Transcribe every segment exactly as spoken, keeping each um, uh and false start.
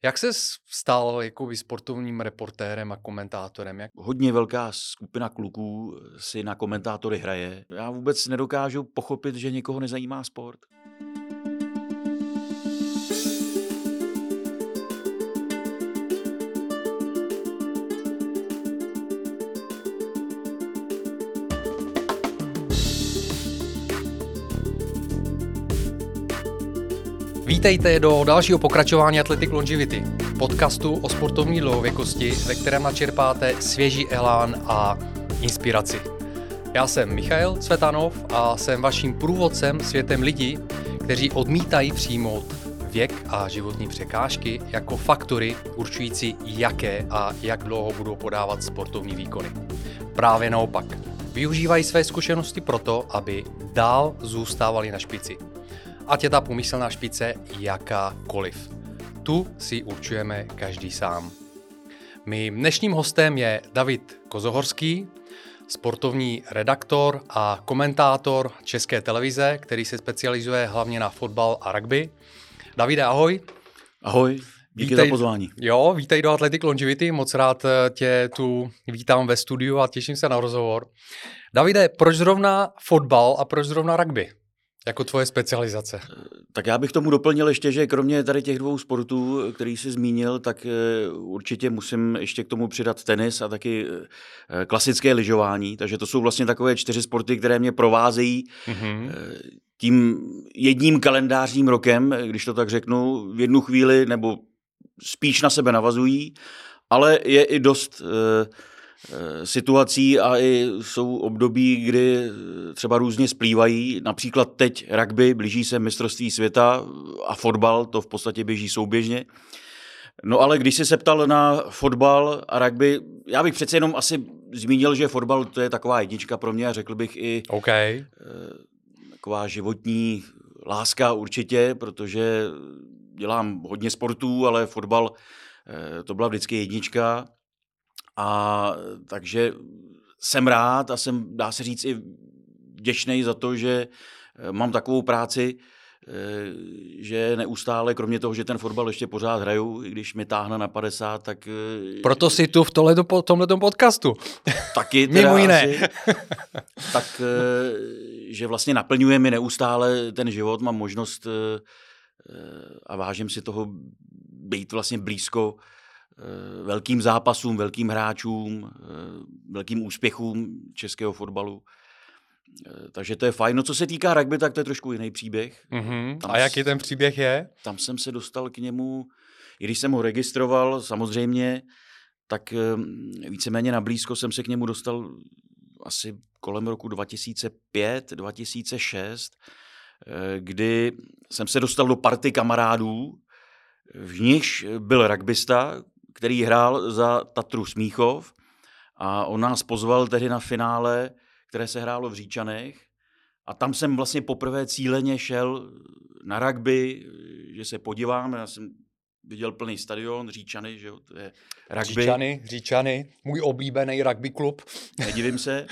Jak ses stal jakoby sportovním reportérem a komentátorem? Jak... Hodně velká skupina kluků si na komentátory hraje. Já vůbec nedokážu pochopit, že někoho nezajímá sport. Vítejte do dalšího pokračování Athletic Longevity, podcastu o sportovní dlouhověkosti, ve kterém načerpáte svěží elán a inspiraci. Já jsem Michail Cvetanov a jsem vaším průvodcem světem lidí, kteří odmítají přijmout věk a životní překážky jako faktory určující, jaké a jak dlouho budou podávat sportovní výkony. Právě naopak, využívají své zkušenosti proto, aby dál zůstávali na špici. Ať je ta pomyslná špice jakákoliv. Tu si určujeme každý sám. Mým dnešním hostem je David Kozohorský, sportovní redaktor a komentátor České televize, který se specializuje hlavně na fotbal a rugby. Davide, ahoj. Ahoj, díky vítej, za pozvání. Jo, vítej do Athletic Longevity, moc rád tě tu vítám ve studiu a těším se na rozhovor. Davide, proč zrovna fotbal a proč zrovna rugby? Jako tvoje specializace. Tak já bych tomu doplnil ještě, že kromě tady těch dvou sportů, který jsi zmínil, tak určitě musím ještě k tomu přidat tenis a taky klasické lyžování. Takže to jsou vlastně takové čtyři sporty, které mě provázejí mm-hmm. tím jedním kalendářním rokem, když to tak řeknu, v jednu chvíli, nebo spíš na sebe navazují, ale je i dost situací a i jsou období, kdy třeba různě splývají. Například teď rugby, blíží se mistrovství světa a fotbal, to v podstatě běží souběžně. No ale když jsi se ptal na fotbal a rugby, já bych přece jenom asi zmínil, že fotbal to je taková jednička pro mě a řekl bych i okay. taková životní láska určitě, protože dělám hodně sportů, ale fotbal to byla vždycky jednička. A takže jsem rád a jsem, dá se říct, i vděčnej za to, že mám takovou práci, že neustále, kromě toho, že ten fotbal ještě pořád hraju, i když mi táhne na padesát, tak... Proto jsi tu v tomhletom podcastu. Taky teda Mimo jiné. Asi, tak, že vlastně naplňuje mi neustále ten život, mám možnost a vážím si toho být vlastně blízko velkým zápasům, velkým hráčům, velkým úspěchům českého fotbalu. Takže to je fajn. No co se týká rugby, tak to je trošku jiný příběh. Mm-hmm. A jaký ten příběh je? Tam jsem se dostal k němu, i když jsem ho registroval samozřejmě, tak víceméně na blízko jsem se k němu dostal asi kolem roku dva tisíce pět, dva tisíce šest, kdy jsem se dostal do party kamarádů, v nichž byl rugbysta, který hrál za Tatru Smíchov a on nás pozval tehdy na finále, které se hrálo v Říčanech a tam jsem vlastně poprvé cíleně šel na rugby, že se podívám, já jsem viděl plný stadion, Říčany, že jo, to je rugby. Říčany, Říčany, můj oblíbený rugby klub. Nedivím se.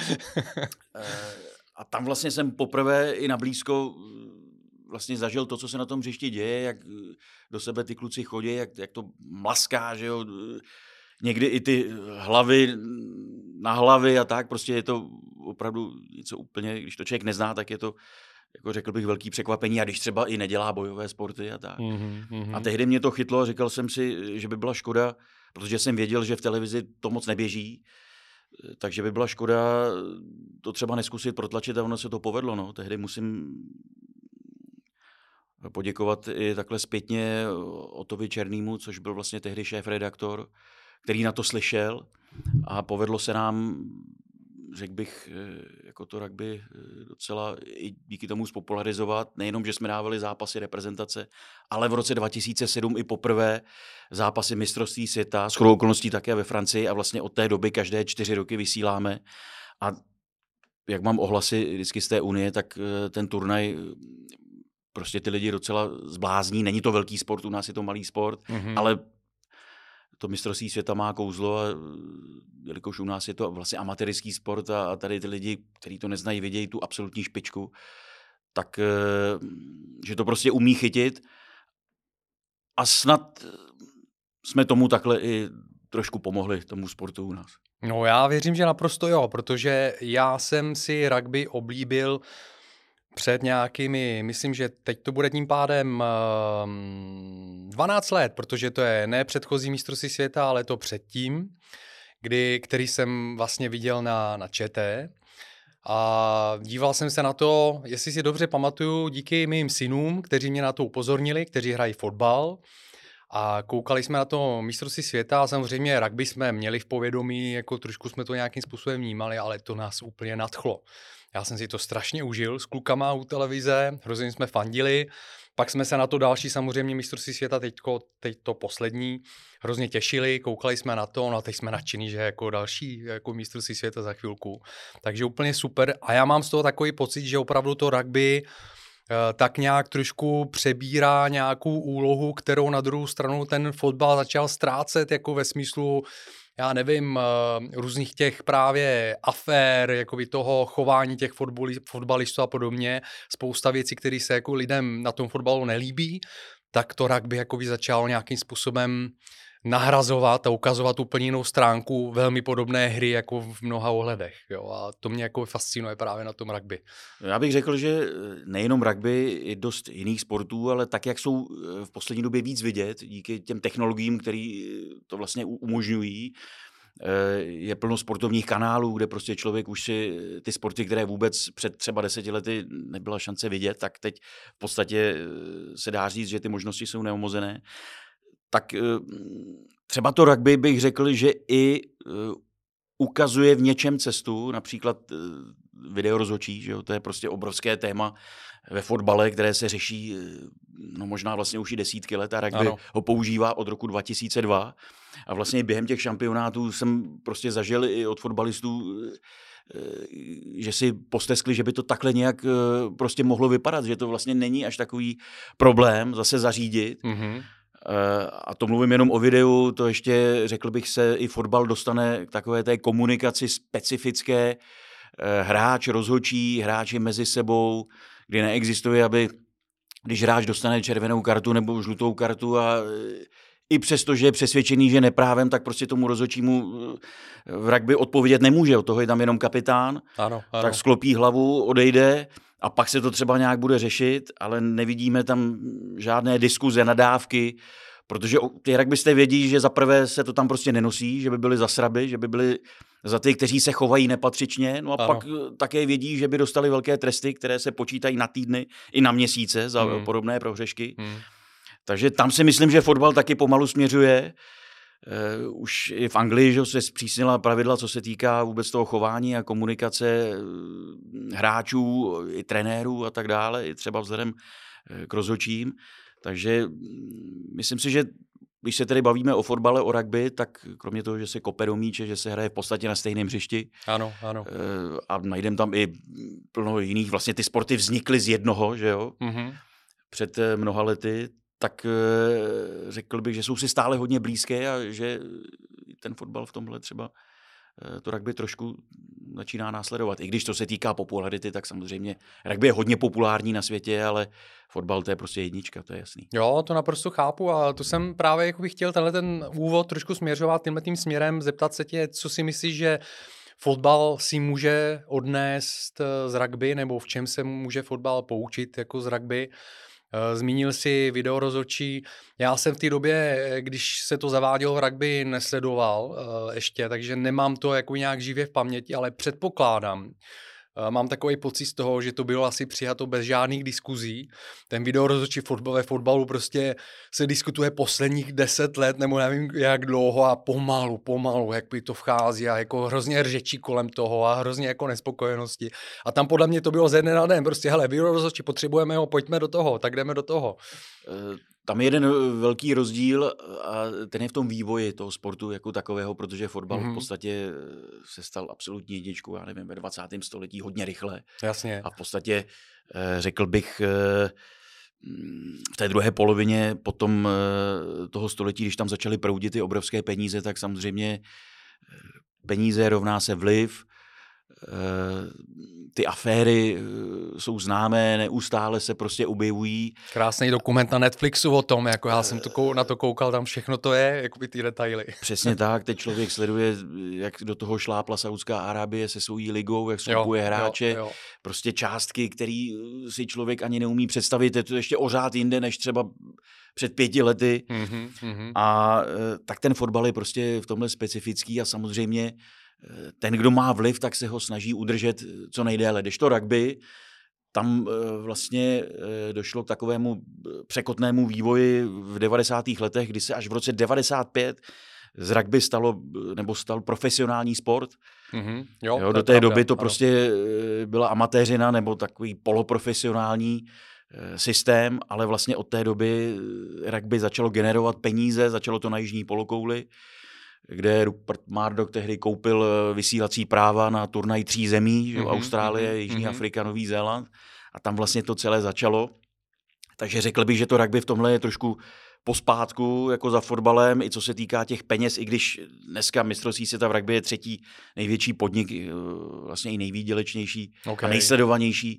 A tam vlastně jsem poprvé i na blízko vlastně zažil to, co se na tom hřišti děje, jak do sebe ty kluci chodí, jak, jak to mlaská, že jo, někdy i ty hlavy na hlavy a tak, prostě je to opravdu něco úplně, když to člověk nezná, tak je to, jako řekl bych, velký překvapení a když třeba i nedělá bojové sporty a tak. Mm-hmm. A tehdy mě to chytlo a říkal jsem si, že by byla škoda, protože jsem věděl, že v televizi to moc neběží, takže by byla škoda to třeba neskusit protlačit a ono se to povedlo, no. Tehdy musím poděkovat i takhle zpětně Otovi Černýmu, což byl vlastně tehdy šéf-redaktor, který na to slyšel a povedlo se nám, řekl bych, jako to rugby docela i díky tomu spopularizovat. Nejenom, že jsme dávali zápasy reprezentace, ale v roce dva tisíce sedm i poprvé zápasy mistrovství světa, shodou okolností také ve Francii a vlastně od té doby každé čtyři roky vysíláme. A jak mám ohlasy vždycky z té Unie, tak ten turnaj prostě ty lidi docela zblázní. Není to velký sport, u nás je to malý sport, mm-hmm. ale to mistrovství světa má kouzlo, a jelikož u nás je to vlastně amatérský sport a, a tady ty lidi, kteří to neznají, vidějí tu absolutní špičku, tak že to prostě umí chytit. A snad jsme tomu takhle i trošku pomohli, tomu sportu u nás. No já věřím, že naprosto jo, protože já jsem si rugby oblíbil před nějakými, myslím, že teď to bude tím pádem dvanáct let, protože to je ne předchozí mistrovství světa, ale to předtím, kdy, který jsem vlastně viděl na, na ČT. A díval jsem se na to, jestli si dobře pamatuju, díky mým synům, kteří mě na to upozornili, kteří hrají fotbal. A koukali jsme na to mistrovství světa a samozřejmě rugby jsme měli v povědomí, jako trošku jsme to nějakým způsobem vnímali, ale to nás úplně nadchlo. Já jsem si to strašně užil s klukama u televize, hrozně jsme fandili. Pak jsme se na to další samozřejmě mistrovství světa, teďko, teď to poslední, hrozně těšili, koukali jsme na to, no a teď jsme nadšení, že jako další jako mistrovství světa za chvilku. Takže úplně super a já mám z toho takový pocit, že opravdu to rugby tak nějak trošku přebírá nějakou úlohu, kterou na druhou stranu ten fotbal začal ztrácet, jako ve smyslu, já nevím, různých těch právě afér, jakoby toho chování těch fotbalistů a podobně, spousta věcí, které se jako lidem na tom fotbalu nelíbí, tak to rugby jakoby začalo nějakým způsobem nahrazovat a ukazovat úplně jinou stránku velmi podobné hry jako v mnoha ohledech. Jo? A to mě jako fascinuje právě na tom rugby. Já bych řekl, že nejenom rugby, je dost jiných sportů, ale tak, jak jsou v poslední době víc vidět, díky těm technologiím, které to vlastně umožňují, je plno sportovních kanálů, kde prostě člověk už si ty sporty, které vůbec před třeba deseti lety nebyla šance vidět, tak teď v podstatě se dá říct, že ty možnosti jsou neomezené. Tak třeba to rugby bych řekl, že i ukazuje v něčem cestu, například video rozhodčí, že jo, to je prostě obrovské téma ve fotbale, které se řeší no možná vlastně už i desítky let a rugby ano. ho používá od roku dva tisíce dva a vlastně během těch šampionátů jsem prostě zažil i od fotbalistů, že si posteskli, že by to takhle nějak prostě mohlo vypadat, že to vlastně není až takový problém zase zařídit. Mm-hmm. A to mluvím jenom o videu, to ještě, řekl bych, se i fotbal dostane k takové té komunikaci specifické, hráč rozhodčí, hráči mezi sebou, kdy neexistuje, aby když hráč dostane červenou kartu nebo žlutou kartu a i přesto, že je přesvědčený, že neprávem, tak prostě tomu rozhodčímu v rugby odpovědět nemůže, od toho je tam jenom kapitán, ano, ano. tak sklopí hlavu, odejde a pak se to třeba nějak bude řešit, ale nevidíme tam žádné diskuze, nadávky, protože ty rugbysté vědí, že zaprvé se to tam prostě nenosí, že by byli za sraby, že by byli za ty, kteří se chovají nepatřičně, no a ano. pak také vědí, že by dostali velké tresty, které se počítají na týdny i na měsíce za hmm. podobné prohřešky. Hmm. Takže tam si myslím, že fotbal taky pomalu směřuje. Uh, už i v Anglii, že se zpřísnila pravidla, co se týká vůbec toho chování a komunikace hráčů, i trenérů a tak dále, i třeba vzhledem k rozhodčím. Takže myslím si, že když se tedy bavíme o fotbale, o rugby, tak kromě toho, že se kope do míče, že se hraje v podstatě na stejném hřišti. Ano, ano. Uh, a najdeme tam i plno jiných, vlastně ty sporty vznikly z jednoho, že jo, mm-hmm. před mnoha lety. Tak řekl bych, že jsou si stále hodně blízké a že ten fotbal v tomhle třeba to rugby trošku začíná následovat. I když to se týká popularity, tak samozřejmě rugby je hodně populární na světě, ale fotbal to je prostě jednička, to je jasný. Jo, to naprosto chápu a to jsem právě jako bych chtěl tenhle ten úvod trošku směřovat tímhle tím směrem, zeptat se tě, co si myslíš, že fotbal si může odnést z rugby, nebo v čem se může fotbal poučit jako z rugby. Zmínil si video rozhodčí. Já jsem v té době, když se to zavádělo v rugby, nesledoval uh, ještě, takže nemám to jako nějak živě v paměti, ale předpokládám. Uh, mám takový pocit z toho, že to bylo asi přijato bez žádných diskuzí. Ten video rozhodčí fotbal, ve fotbalu prostě se diskutuje posledních deset let, nebo nevím jak dlouho a pomalu, pomalu, jak by to vchází a jako hrozně řečí kolem toho a hrozně jako nespokojenosti. A tam podle mě to bylo ze dne na den, prostě hele, video rozhodčí, potřebujeme ho, pojďme do toho, tak jdeme do toho. Tam je jeden velký rozdíl a ten je v tom vývoji toho sportu jako takového, protože fotbal mm-hmm. v podstatě se stal absolutní jedničkou, já nevím, ve dvacátém století hodně rychle. Jasně. A v podstatě řekl bych v té druhé polovině potom toho století, když tam začaly proudit ty obrovské peníze, tak samozřejmě peníze rovná se vliv, ty aféry jsou známé, neustále se prostě objevují. Krásný dokument na Netflixu o tom, jako já jsem to, na to koukal, tam všechno to je, jakoby ty detaily. Přesně tak, teď člověk sleduje, jak do toho šlápla Saudská Arábie se svojí ligou, jak skupuje hráče, jo, jo. Prostě částky, které si člověk ani neumí představit, je to ještě o řád jinde, než třeba před pěti lety. Mm-hmm, mm-hmm. A tak ten fotbal je prostě v tomhle specifický a samozřejmě ten, kdo má vliv, tak se ho snaží udržet co nejdéle. Když to rugby, tam vlastně došlo k takovému překotnému vývoji v devadesátých letech, kdy se až v roce devadesát pět z rugby stalo, nebo stal profesionální sport. Mm-hmm. Jo, jo, do té pravda, doby to ano. prostě byla amatéřina nebo takový poloprofesionální systém, ale vlastně od té doby rugby začalo generovat peníze, začalo to na jižní polokouli, kde Rupert Murdoch tehdy koupil vysílací práva na turnaj tří zemí, mm-hmm, Austrálie, mm-hmm, Jižní mm-hmm. Afrika, Nový Zéland. A tam vlastně to celé začalo. Takže řekl bych, že to rugby v tomhle je trošku pospátku jako za fotbalem, i co se týká těch peněz, i když dneska mistrovství světa v rugby je třetí největší podnik, vlastně i nejvýdělečnější okay. a nejsledovanější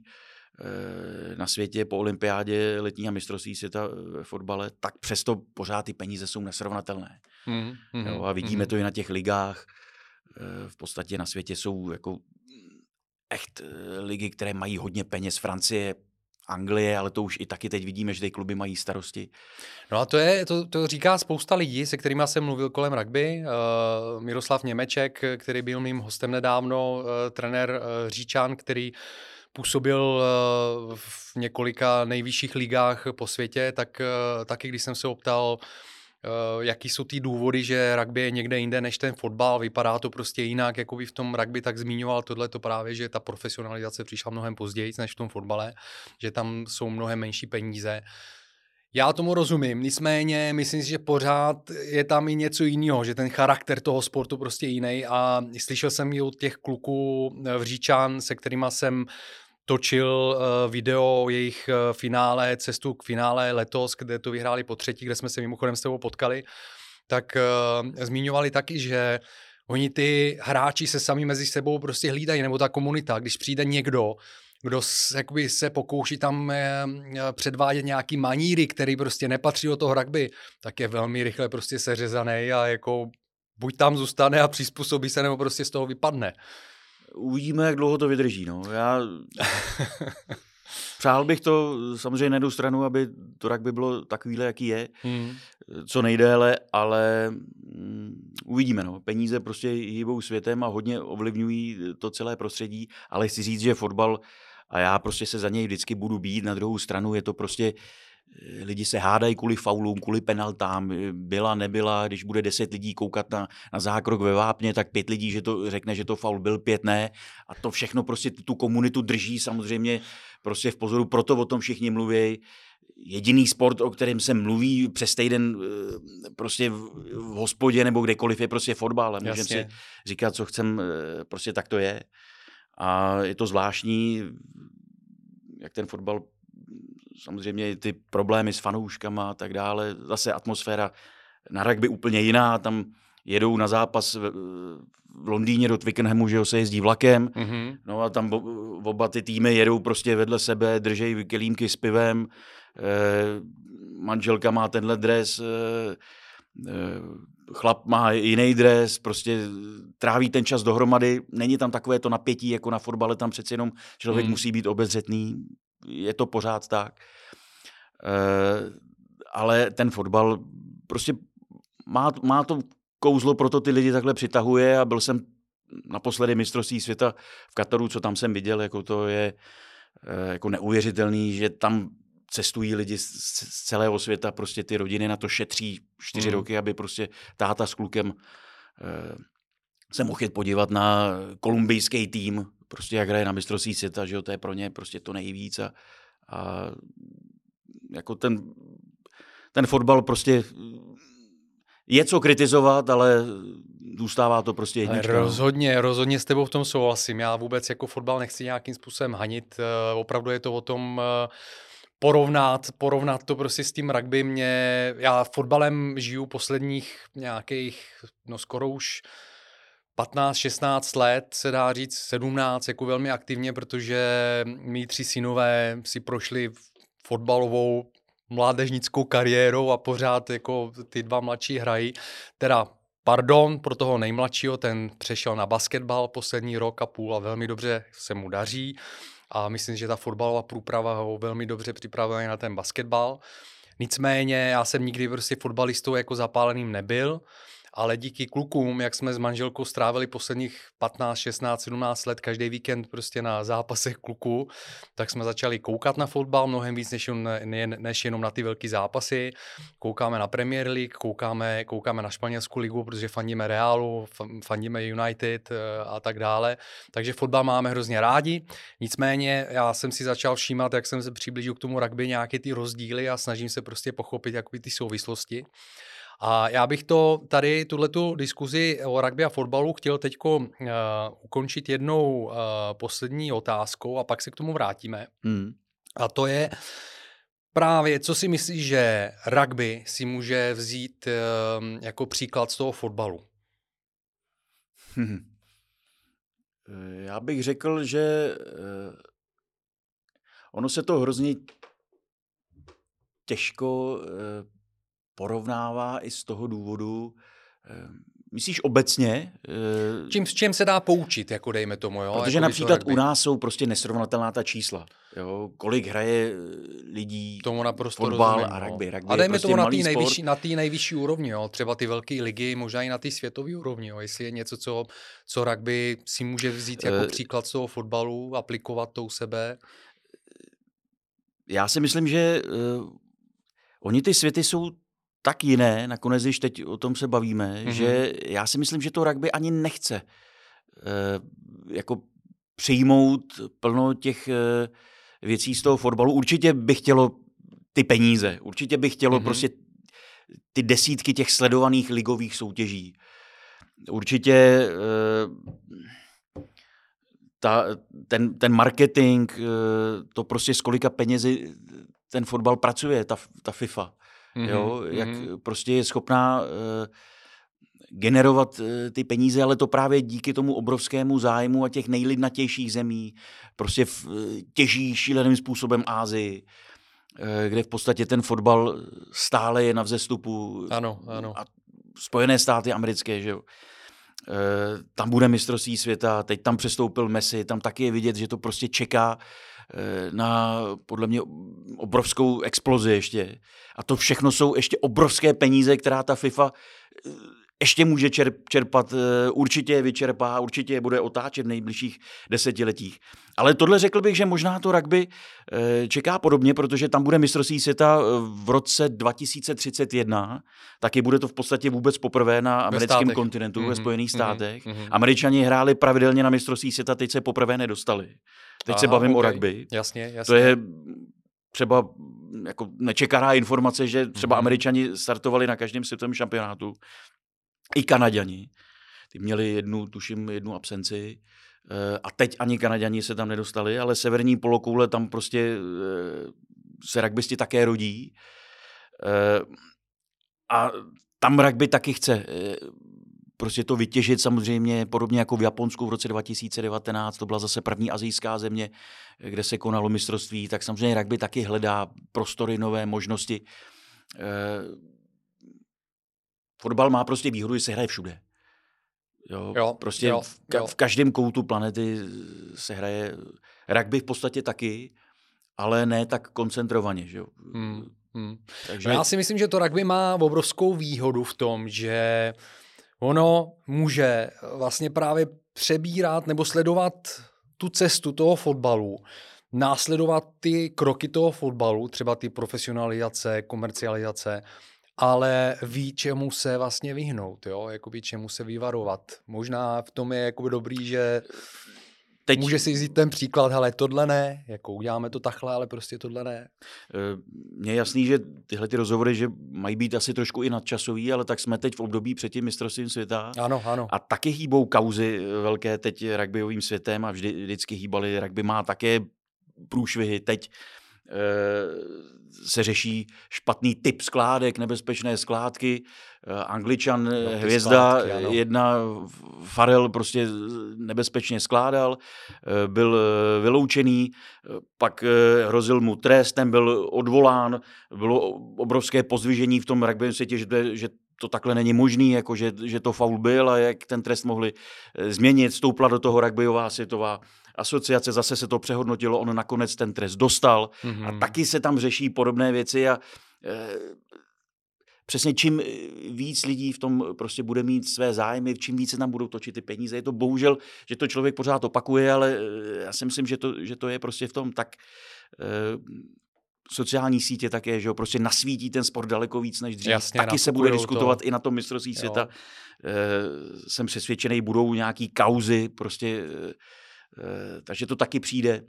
na světě po olympiádě letní a mistrovství světa ve fotbale, tak přesto pořád ty peníze jsou nesrovnatelné. Mm, mm, jo, a vidíme mm. to i na těch ligách. V podstatě na světě jsou jako echt ligy, které mají hodně peněz. Francie, Anglie, ale to už i taky teď vidíme, že ty kluby mají starosti. No a to je, to, to říká spousta lidí, se kterými jsem mluvil kolem rugby. Uh, Miroslav Němeček, který byl mým hostem nedávno, uh, trenér uh, Říčan, který působil v několika nejvyšších ligách po světě, tak taky když jsem se optal, jaký jsou ty důvody, že rugby je někde jinde než ten fotbal, vypadá to prostě jinak, jako by v tom rugby tak zmiňoval tohle to právě, že ta profesionalizace přišla mnohem později než v tom fotbale, že tam jsou mnohem menší peníze. Já tomu rozumím, nicméně myslím si, že pořád je tam i něco jiného, že ten charakter toho sportu prostě jiný a slyšel jsem i od těch kluků v Říčan, se kterýma jsem točil video jejich finále, cestu k finále letos, kde to vyhráli po třetí, kde jsme se mimochodem s tebou potkali, tak uh, zmiňovali taky, že oni ty hráči se sami mezi sebou prostě hlídají, nebo ta komunita, když přijde někdo, kdo jakoby, se pokouší tam eh, předvádět nějaký maníry, který prostě nepatří do toho rugby, tak je velmi rychle prostě seřezaný a jako buď tam zůstane a přizpůsobí se, nebo prostě z toho vypadne. Uvidíme, jak dlouho to vydrží. No. Já přál bych to samozřejmě na jednu stranu, aby to rugby bylo takovýhle, jaký je, hmm. co nejdéle, ale um, uvidíme. No. Peníze prostě hýbou světem a hodně ovlivňují to celé prostředí, ale chci říct, že fotbal a já prostě se za něj vždycky budu bít. Na druhou stranu je to prostě, lidi se hádají kvůli faulům, kvůli penaltám, byla, nebyla, když bude deset lidí koukat na, na zákrok ve vápně, tak pět lidí že to řekne, že to faul byl, pět ne. A to všechno prostě tu komunitu drží samozřejmě prostě v pozoru, proto o tom všichni mluví. Jediný sport, o kterém se mluví přes týden prostě v, v hospodě nebo kdekoliv, je prostě fotbal. Můžeme si říkat, co chcem, prostě tak to je. A je to zvláštní, jak ten fotbal, samozřejmě ty problémy s fanouškama a tak dále, zase atmosféra na rugby úplně jiná, tam jedou na zápas v, v Londýně do Twickenhamu, že jo, se jezdí vlakem, mm-hmm. no a tam oba ty týmy jedou prostě vedle sebe, držejí kelímky s pivem, eh, manželka má tenhle dres, eh, chlap má jiný dres, prostě tráví ten čas dohromady, není tam takové to napětí, jako na fotbale, tam přeci jenom člověk mm. musí být obezřetný, je to pořád tak. E, ale ten fotbal prostě má, má to kouzlo, proto ty lidi takhle přitahuje a byl jsem naposledy mistrovství světa v Kataru, co tam jsem viděl, jako to je e, jako neuvěřitelný, že tam cestují lidi z, z celého světa, prostě ty rodiny na to šetří čtyři mm. roky, aby prostě táta s klukem e, se mohl jít podívat na kolumbijský tým, prostě jak hraje na mistrovství světa, že jo, to je pro ně prostě to nejvíc a, a jako ten, ten fotbal prostě je co kritizovat, ale zůstává to prostě jednička. Rozhodně, rozhodně s tebou v tom souhlasím. Já vůbec jako fotbal nechci nějakým způsobem hanit. Opravdu je to o tom porovnat, porovnat to prostě s tím rugby. Mě, já fotbalem žiju posledních nějakých, no skoro už patnáct šestnáct let, se dá říct sedmnáct, jako velmi aktivně, protože mý tři synové si prošli fotbalovou mládežnickou kariérou a pořád jako ty dva mladší hrají. Teda pardon, pro toho nejmladšího, ten přešel na basketbal poslední rok a půl a velmi dobře se mu daří. A myslím, že ta fotbalová průprava ho velmi dobře připravuje na ten basketbal. Nicméně já jsem nikdy prostě fotbalistou jako zapáleným nebyl, ale díky klukům, jak jsme s manželkou strávili posledních patnáct, šestnáct, sedmnáct let každý víkend prostě na zápasech kluků, tak jsme začali koukat na fotbal mnohem víc než, ne, než jenom na ty velký zápasy. Koukáme na Premier League, koukáme, koukáme na španělskou ligu, protože fandíme Realu, fandíme United a tak dále. Takže fotbal máme hrozně rádi. Nicméně já jsem si začal všímat, jak jsem se přiblížil k tomu rugby, nějaké ty rozdíly a snažím se prostě pochopit jakoby ty souvislosti. A já bych to tady, tuhletu diskuzi o rugby a fotbalu chtěl teďko uh, ukončit jednou uh, poslední otázkou a pak se k tomu vrátíme. Hmm. A to je právě, co si myslíš, že rugby si může vzít uh, jako příklad z toho fotbalu? Hmm. Já bych řekl, že uh, ono se to hrozně těžko uh, porovnává i z toho důvodu, myslíš obecně? Čím, s čím se dá poučit, jako dejme tomu, jo? Protože jako například u nás jsou prostě nesrovnatelná ta čísla. Jo? Kolik hraje lidí tomu naprosto fotbal rozumím, a rugby. No. rugby a dejme prostě tomu na té nejvyšší, sport. na té nejvyšší úrovni, jo? Třeba ty velké ligy, možná i na té světové úrovni. Jo? Jestli je něco, co, co rugby si může vzít jako uh, příklad z toho fotbalu, aplikovat to u sebe. Já si myslím, že uh, oni ty světy jsou tak jiné, nakonec, když teď o tom se bavíme, mm-hmm. že já si myslím, že to rugby ani nechce uh, jako přijmout plno těch uh, věcí z toho fotbalu. Určitě by chtělo ty peníze, určitě by chtělo mm-hmm. prostě ty desítky těch sledovaných ligových soutěží. Určitě uh, ta, ten, ten marketing, uh, to prostě s kolika penězi ten fotbal pracuje, ta, ta FIFA. Mm-hmm. Jo, jak mm-hmm. prostě je schopná uh, generovat uh, ty peníze, ale to právě díky tomu obrovskému zájmu a těch nejlidnatějších zemí. Prostě v, uh, těží šíleným způsobem Asii, uh, kde v podstatě ten fotbal stále je na vzestupu. Ano, ano. A Spojené státy americké, že jo. Uh, tam bude mistrovství světa, teď tam přestoupil Messi, tam taky je vidět, že to prostě čeká na podle mě obrovskou explozi ještě. A to všechno jsou ještě obrovské peníze, která ta FIFA ještě může čerpat, určitě je vyčerpá, určitě je bude otáčet v nejbližších desetiletích. Ale tohle řekl bych, že možná to rugby čeká podobně, protože tam bude mistrovství světa v roce dva tisíce třicet jedna, taky bude to v podstatě vůbec poprvé na americkém kontinentu, mm-hmm, ve Spojených státech. Mm-hmm. Američani hráli pravidelně na mistrovství světa, teď se poprvé nedostali. Teď Aha, se bavím okay. o rugby. Jasně, jasně. To je třeba jako nečekaná informace, že třeba mm-hmm. Američani startovali na každém světovém šampionátu. I Kanaďani. Ty měli jednu, tuším, jednu absenci. A teď ani Kanaďani se tam nedostali, ale severní polokoule tam prostě se rugbysti také rodí. A tam rugby taky chce prostě to vytěžit samozřejmě, podobně jako v Japonsku v roce dva tisíce devatenáct, to byla zase první asijská země, kde se konalo mistrovství, tak samozřejmě rugby taky hledá prostory, nové možnosti. Fotbal má prostě výhodu, že se hraje všude. Jo, jo, prostě jo, v, ka- jo. v každém koutu planety se hraje rugby v podstatě taky, ale ne tak koncentrovaně. Že jo? Hmm, hmm. Takže... Já si myslím, že to rugby má obrovskou výhodu v tom, že ono může vlastně právě přebírat nebo sledovat tu cestu toho fotbalu, následovat ty kroky toho fotbalu, třeba ty profesionalizace, komercializace, ale ví, čemu se vlastně vyhnout, jo? Jakoby čemu se vyvarovat. Možná v tom je jakoby dobrý, že teď může si vzít ten příklad, hele, tohle ne, jako uděláme to takhle, ale prostě tohle ne. Mně je jasný, že tyhle ty rozhovory, že mají být asi trošku i nadčasový, ale tak jsme teď v období před tím mistrovstvím světa. Ano, ano. A taky hýbou kauzy velké teď rugbyovým světem a vždy, vždycky hýbali. Rugby má také průšvihy teď. se řeší špatný typ skládek, nebezpečné skládky. Angličan, no, hvězda, skládky, jedna, Farrell prostě nebezpečně skládal, byl vyloučený, pak hrozil mu trest, ten byl odvolán, bylo obrovské pozdvižení v tom rugbyovém světě, že to, je, že to takhle není možný, jako že, že to faul byl a jak ten trest mohli změnit, vstoupila do toho rugbyová světová asociace, zase se to přehodnotilo, on nakonec ten trest dostal mm-hmm. a taky se tam řeší podobné věci a e, přesně čím víc lidí v tom prostě bude mít své zájmy, čím víc se tam budou točit ty peníze. Je to bohužel, že to člověk pořád opakuje, ale já si myslím, že to, že to je prostě v tom tak e, sociální sítě také, že jo, prostě nasvítí ten sport daleko víc než dřív. Jasně, taky se bude diskutovat to. I na tom mistrovství světa. E, jsem přesvědčený, budou nějaký kauzy, prostě e, e, takže to taky přijde. E,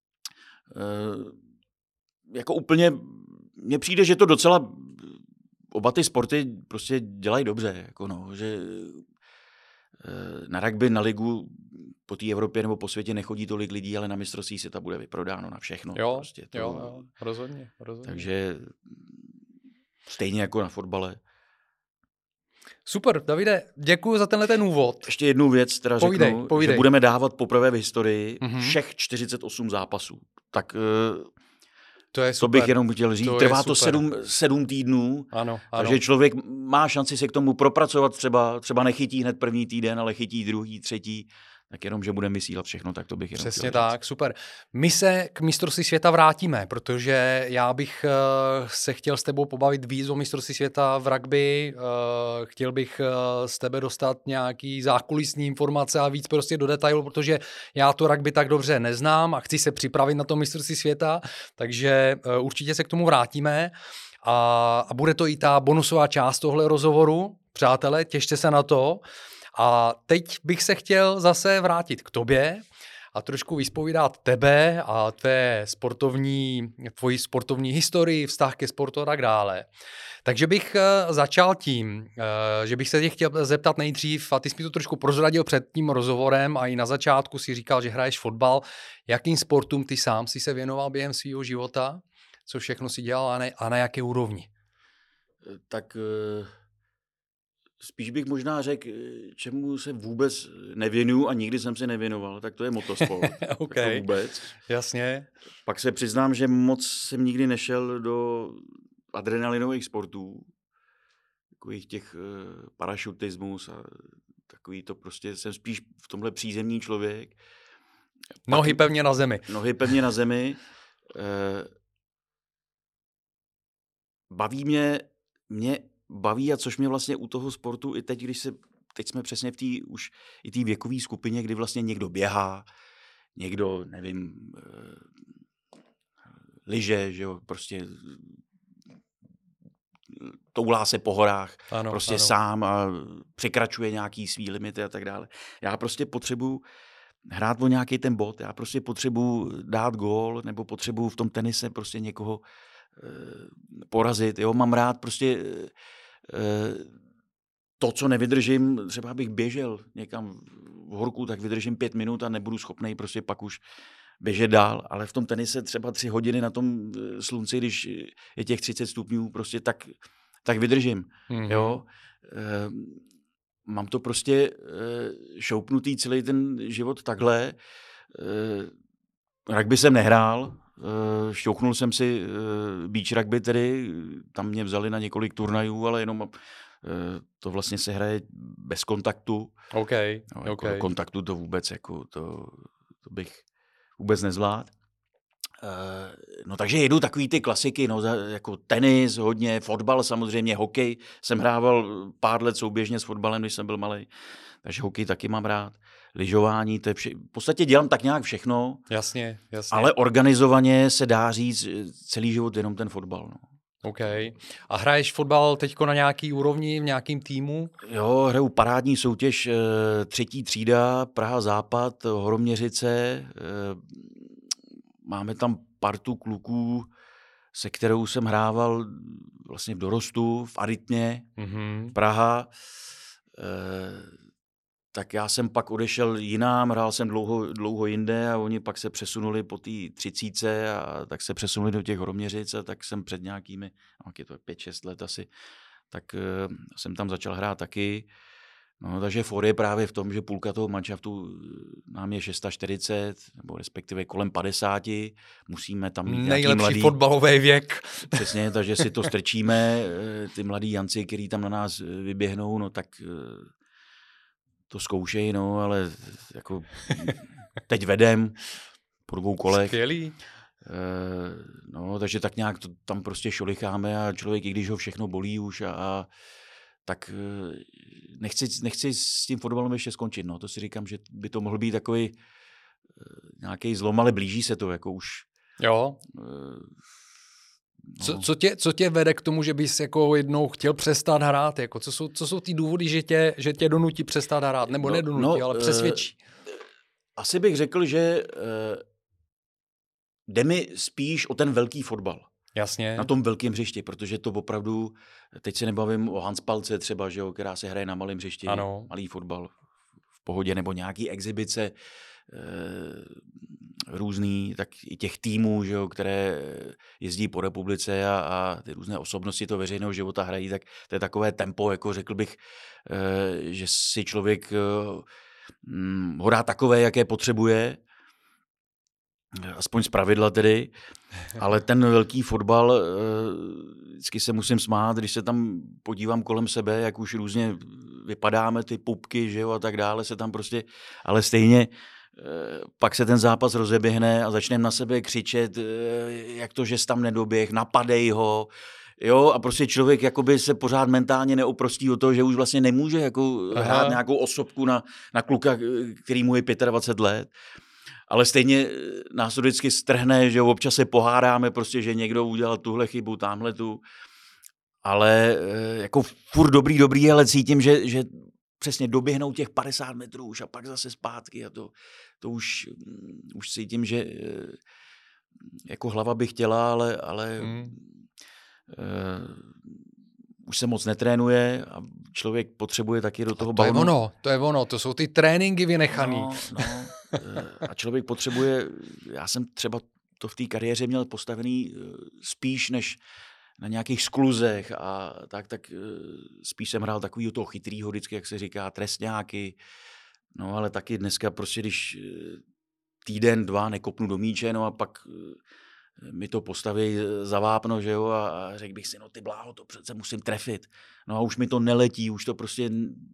jako úplně, mně přijde, že to docela oba ty sporty prostě dělají dobře, jako no, že e, na rugby, na ligu po té Evropě nebo po světě nechodí tolik lidí, ale na mistrovství světa bude vyprodáno na všechno. Jo, prostě to, jo, jo, rozhodně, rozhodně. Takže stejně jako na fotbale. Super, Davide, děkuji za tenhle ten úvod. Ještě jednu věc teda povídej, řeknu, povídej. že budeme dávat poprvé v historii mm-hmm. všech čtyřicet osm zápasů. Tak to, je to bych jenom chtěl říct. To Trvá to sedm, sedm týdnů, ano, ano. takže člověk má šanci se k tomu propracovat, třeba, třeba nechytí hned první týden, ale chytí druhý, třetí. Tak jenom, že budeme vysílat všechno, tak to bych jenom Přesně tak, super. My se k mistrovství světa vrátíme, protože já bych uh, se chtěl s tebou pobavit víc o mistrovství světa v rugby, uh, chtěl bych uh, z tebe dostat nějaký zákulisní informace a víc prostě do detailu, protože já to rugby tak dobře neznám a chci se připravit na to mistrovství světa, takže uh, určitě se k tomu vrátíme a, a bude to i ta bonusová část tohle rozhovoru. Přátelé, těšte se na to. A teď bych se chtěl zase vrátit k tobě a trošku vyspovídat tebe a tvé sportovní, tvoji sportovní historii, vztah ke sportu a tak dále. Takže bych začal tím, že bych se tě chtěl zeptat nejdřív, a ty jsi mi to trošku prozradil před tím rozhovorem a i na začátku si říkal, že hraješ fotbal. Jakým sportům ty sám si se věnoval během svého života? Co všechno si dělal a, ne, a na jaké úrovni? Tak... Spíš bych možná řekl, čemu se vůbec nevěnuju a nikdy jsem se nevěnoval, tak to je motosport. Okay. To vůbec. Jasně. Pak se přiznám, že moc jsem nikdy nešel do adrenalinových sportů, takových těch uh, parašutismus a takový to prostě, jsem spíš v tomhle přízemní člověk. Pak, nohy pevně na zemi. Nohy pevně na zemi. Uh, baví mě, mě baví a což mě vlastně u toho sportu i teď, když se, teď jsme přesně v té už i té věkové skupině, kdy vlastně někdo běhá, někdo, nevím, e, lyže, že jo, prostě toulá se po horách, ano, prostě ano. sám a překračuje nějaký svý limity a tak dále. Já prostě potřebuji hrát o nějaký ten bod, já prostě potřebuji dát gól, nebo potřebuji v tom tenise prostě někoho e, porazit, jo, mám rád prostě to, co nevydržím, třeba bych běžel někam v horku, tak vydržím pět minut a nebudu schopnej prostě pak už běžet dál, ale v tom tenise třeba tři hodiny na tom slunci, když je těch třicet stupňů, prostě tak, tak vydržím. Mm-hmm. Jo? E, mám to prostě e, šoupnutý celý ten život takhle. E, rugby jsem nehrál, e, šťouchnul jsem si e, beach rugby tedy, tam mě vzali na několik turnajů, ale jenom to vlastně se hraje bez kontaktu. Okay, no, jako okay. kontaktu to vůbec, jako to, to bych vůbec nezvládl. No takže jedu takový ty klasiky, no, jako tenis hodně, fotbal samozřejmě, hokej. Jsem hrával pár let souběžně s fotbalem, když jsem byl malej, takže hokej taky mám rád. Lyžování, to je vše... v podstatě dělám tak nějak všechno. Jasně, jasně. Ale organizovaně se dá říct celý život jenom ten fotbal, no. OK. A hraješ fotbal teďko na nějaký úrovni, v nějakým týmu? Jo, hraju parádní soutěž třetí třída, Praha Západ, Horoměřice. Máme tam partu kluků, se kterou jsem hrával vlastně v dorostu, v Aritně, mm-hmm. Praha. tak já jsem pak odešel jinam, hrál jsem dlouho, dlouho jinde a oni pak se přesunuli po té třicíce a tak se přesunuli do těch Hroměřic a tak jsem před nějakými, jak je to pět šest let asi, tak uh, jsem tam začal hrát taky. No, takže for je právě v tom, že půlka toho manšaftu nám je čtyřicet šest, nebo respektive kolem padesáti. Musíme tam mít nejlepší mladý, fotbalový věk. Přesně, takže si to strčíme. Ty mladí Janci, který tam na nás vyběhnou, no tak to zkoušej, no, ale jako teď vedem po dvou kolech. Skvělý. No, takže tak nějak to tam prostě šolicháme a člověk, i když ho všechno bolí už a, a tak nechci, nechci s tím fotbalem ještě skončit. No. To si říkám, že by to mohl být takový nějaký zlom, ale blíží se to jako už. Jo. No. Co, co, tě, co tě vede k tomu, že bys jako jednou chtěl přestat hrát? Jako, co jsou, co jsou ty důvody, že tě, že tě donutí přestat hrát? Nebo no, nedonutí, no, ale přesvědčí? Uh, asi bych řekl, že uh, jde mi spíš o ten velký fotbal. Jasně. Na tom velkém hřišti, protože to opravdu, teď se nebavím o Hanspalce třeba, že jo, která se hraje na malém hřišti, ano. Malý fotbal v pohodě, nebo nějaký exibice e, různý, tak i těch týmů, že jo, které jezdí po republice a, a ty různé osobnosti toho veřejného života hrají, tak to je takové tempo, jako řekl bych, e, že si člověk e, m, ho dá takové, jaké potřebuje, aspoň z pravidla tedy, ale ten velký fotbal, vždycky se musím smát, když se tam podívám kolem sebe, jak už různě vypadáme, ty pupky, že jo, a tak dále, se tam prostě, ale stejně pak se ten zápas rozeběhne a začneme na sebe křičet, jak to, že jsi tam nedoběh, napadej ho, jo, a prostě člověk jakoby se pořád mentálně neoprostí o to, že už vlastně nemůže jako hrát nějakou osobku na, na kluka, který mu je dvacet pět let. Ale stejně nás to vždycky strhne, že občas se pohádáme, prostě, že někdo udělal tuhle chybu, tamhle tu. Ale jako furt dobrý, dobrý, ale cítím, že, že přesně doběhnou těch padesát metrů už a pak zase zpátky a to, to už, už cítím, že jako hlava by chtěla, ale, ale hmm. uh, už se moc netrénuje a člověk potřebuje taky do toho balonu. To je ono, to je ono, to jsou ty tréninky vynechaný. No, no. A člověk potřebuje, já jsem třeba to v té kariéře měl postavený spíš než na nějakých skluzech a tak, tak spíš jsem hrál takovýho toho chytrýho, vždycky, jak se říká, trestňáky. No ale taky dneska prostě, když týden, dva nekopnu do míče, no a pak mi to postaví za vápno, že jo, a, a řekl bych si, no ty bláho, to přece musím trefit. No a už mi to neletí, už to prostě,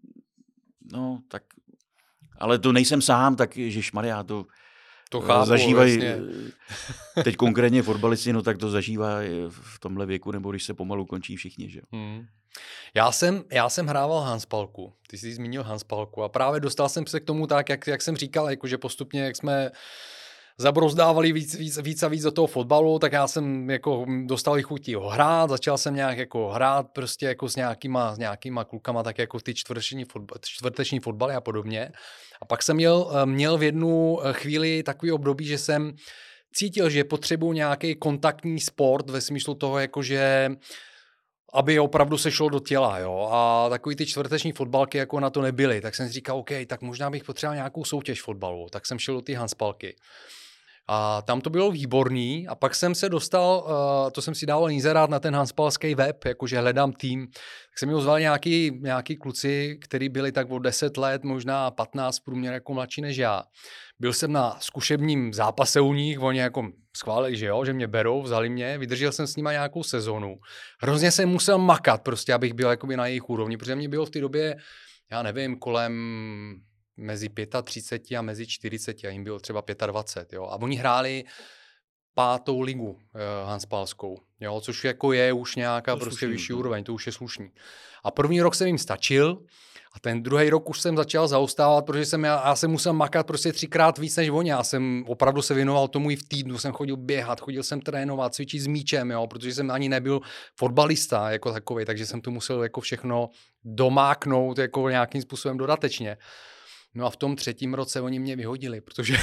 no tak, ale to nejsem sám, tak ježišmarja, to, to chápu, zažívají, teď konkrétně fotbalisti, no tak to zažívá v tomhle věku, nebo když se pomalu končí všichni, že jo. Hmm. Já jsem, já jsem hrával Hanspalku, ty jsi zmínil Hanspalku a právě dostal jsem se k tomu tak, jak, jak jsem říkal, jako, že postupně, jak jsme zabrozdávali víc, víc, víc a víc do toho fotbalu, tak já jsem jako dostal chutí ho hrát, začal jsem nějak jako hrát prostě jako s nějakýma, s nějakýma klukama, tak jako ty čtvrteční, fotbal, čtvrteční fotbaly a podobně. A pak jsem měl, měl v jednu chvíli takový období, že jsem cítil, že potřebuji nějaký kontaktní sport ve smyslu toho, jakože aby opravdu se šlo do těla, jo. A takový ty čtvrteční fotbalky jako na to nebyly. Tak jsem si říkal, OK, tak možná bych potřeboval nějakou soutěž fotbalu. Tak jsem šel do ty Hanspalky. A tam to bylo výborný a pak jsem se dostal, uh, to jsem si dával inzerát na ten hanspalský web, jakože hledám tým, tak jsem mi ozval nějaký, nějaký kluci, kteří byli tak o deset let, možná patnáct průměr jako mladší než já. Byl jsem na zkušebním zápase u nich, oni jako schválili, že jo, že mě berou, vzali mě, vydržel jsem s nima nějakou sezonu. Hrozně jsem musel makat prostě, abych byl jakoby na jejich úrovni, protože mě bylo v té době, já nevím, kolem mezi třicet pět a mezi čtyřicet a jim bylo třeba dvacet pět, jo. A oni hráli pátou ligu eh, hanspalskou, jo, což jako je už nějaká prostě slušný, vyšší úroveň, to už je slušný. A první rok jsem jim stačil a ten druhý rok už jsem začal zaostávat, protože jsem, já, já jsem musel makat prostě třikrát víc než oni. Já jsem opravdu se věnoval tomu i v týdnu, jsem chodil běhat, chodil jsem trénovat, cvičit s míčem, jo, protože jsem ani nebyl fotbalista jako takový, takže jsem to musel jako všechno domáknout jako nějakým způsobem dodatečně. No a v tom třetím roce oni mě vyhodili, protože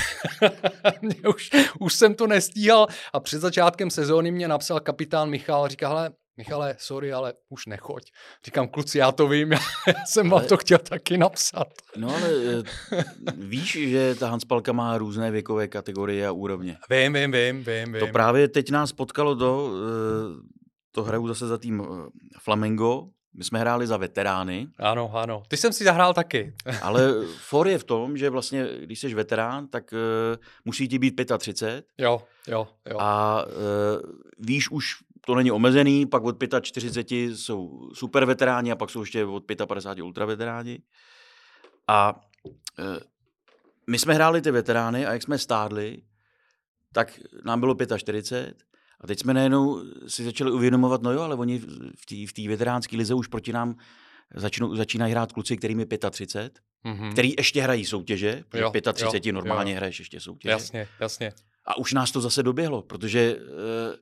mě už, už jsem to nestíhal a před začátkem sezóny mě napsal kapitán Michal a říká, hele, Michale, sorry, ale už nechoď. Říkám, kluci, já to vím, já jsem ale... vám to chtěl taky napsat. No ale víš, že ta handspalka má různé věkové kategorie a úrovně. Vím, vím, vím, vím. To právě teď nás potkalo to, to hraju zase za tým Flamengo. My jsme hráli za veterány. Ano, ano. Ty jsem si zahrál taky. Ale for je v tom, že vlastně, když jsi veterán, tak uh, musí ti být třicet pět. Jo, jo, jo. A uh, víš, už to není omezený, pak od čtyřicet pět jsou super veteráni a pak jsou ještě od padesát pět ultraveteráni. A uh, my jsme hráli ty veterány a jak jsme stádli, tak nám bylo čtyřicet pět. A teď jsme najednou si začali uvědomovat, no jo, ale oni v té v veteránské lize už proti nám začnou, začínají hrát kluci, kterým je třicet pět, mm-hmm. který ještě hrají soutěže, jo, třicet pět jo, normálně jo. hraješ ještě soutěže. Jasně, jasně. A už nás to zase doběhlo, protože uh,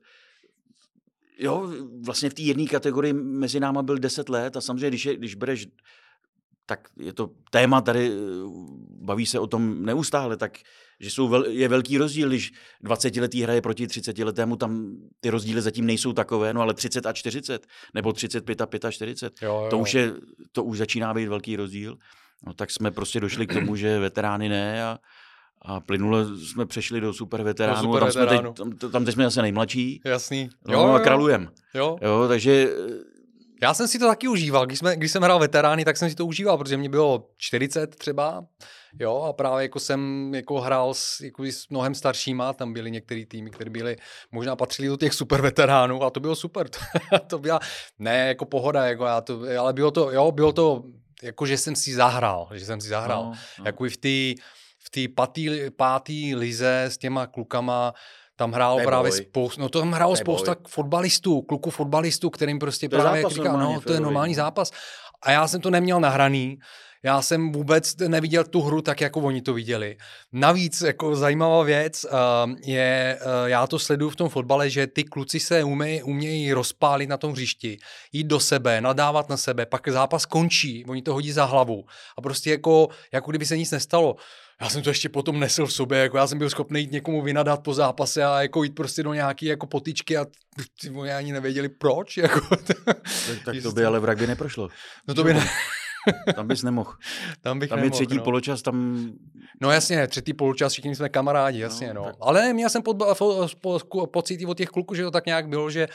jo, vlastně v té jedné kategorii mezi náma byl deset let a samozřejmě, když, je, když bereš, tak je to téma tady, baví se o tom neustále, tak že jsou vel, je velký rozdíl, když dvacetiletý hraje proti třicetiletému, tam ty rozdíly zatím nejsou takové, no ale třicet a čtyřicet, nebo třicet pět a čtyřicet pět, jo, jo. To, už je, to už začíná být velký rozdíl. No tak jsme prostě došli k tomu, že veterány ne a, a plynule jsme přešli do super veteránů. Super tam, veteránu. Jsme teď, tam, tam teď jsme zase nejmladší. Jasný. No, jo, jo. A kralujem. Jo. Jo, takže... Já jsem si to taky užíval, když, jsme, když jsem hrál veterány, tak jsem si to užíval, protože mě bylo čtyřicet třeba, jo, a právě jako jsem jako hrál s, jako s mnohem staršíma, tam byly některé týmy, které byly, možná patřili do těch super veteránů a to bylo super, to byla, ne jako pohoda, jako já to, ale bylo to, jo, bylo to, jako že jsem si zahrál, že jsem si zahrál, no, no. Jako i v té v té pátý, pátý lize s těma klukama, tam hrál Neboj. právě spousta, no to tam hrálo Neboj. spousta fotbalistů, kluků fotbalistů, kterým prostě to právě, zápas říká, no to je normální zápas. A já jsem to neměl nahraný, já jsem vůbec neviděl tu hru tak, jako oni to viděli. Navíc jako zajímavá věc uh, je, uh, já to sleduju v tom fotbale, že ty kluci se umějí, umějí rozpálit na tom hřišti, jít do sebe, nadávat na sebe, pak zápas končí, oni to hodí za hlavu a prostě jako, jako kdyby se nic nestalo. Já jsem to ještě potom nesl v sobě, jako já jsem byl schopný jít někomu vynadat po zápase a jako jít prostě do nějaký jako potyčky a oni ani nevěděli proč. Jako. Tak, tak to by ale v rugby neprošlo. No to by ne... Tam bys nemohl. Tam, bych tam nemohl, je třetí no. poločas, tam... No jasně, třetí poločas, všichni jsme kamarádi, jasně, no. no. Tak... Ale měl jsem pod, po, po, pocit od těch kluků, že to tak nějak bylo, že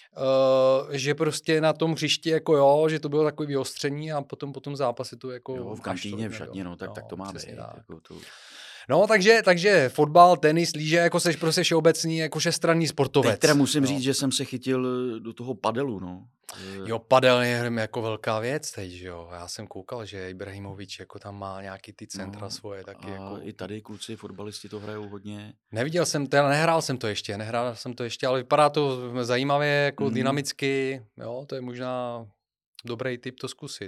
Uh, že prostě na tom hřišti jako jo, že to bylo takový vyostření a potom po tom zápase to jako... Jo, v kantýně, v šatně, no, tak, no, tak to má být. Jako to... No, takže, takže fotbal, tenis, líže, jako seš prostě všeobecný, jako šestranný sportovec. Teď teda musím no. říct, že jsem se chytil do toho padelu, no. Jo, padel je jako velká věc teď, že jo. Já jsem koukal, že Ibrahimovič jako tam má nějaký ty centra no, svoje taky. A jako... i tady kluci, fotbalisti to hrajou hodně. Neviděl jsem, teda nehrál jsem to ještě, nehrál jsem to ještě, ale vypadá to zajímavě, jako mm. dynamicky, jo, to je možná dobrý tip to zkusit.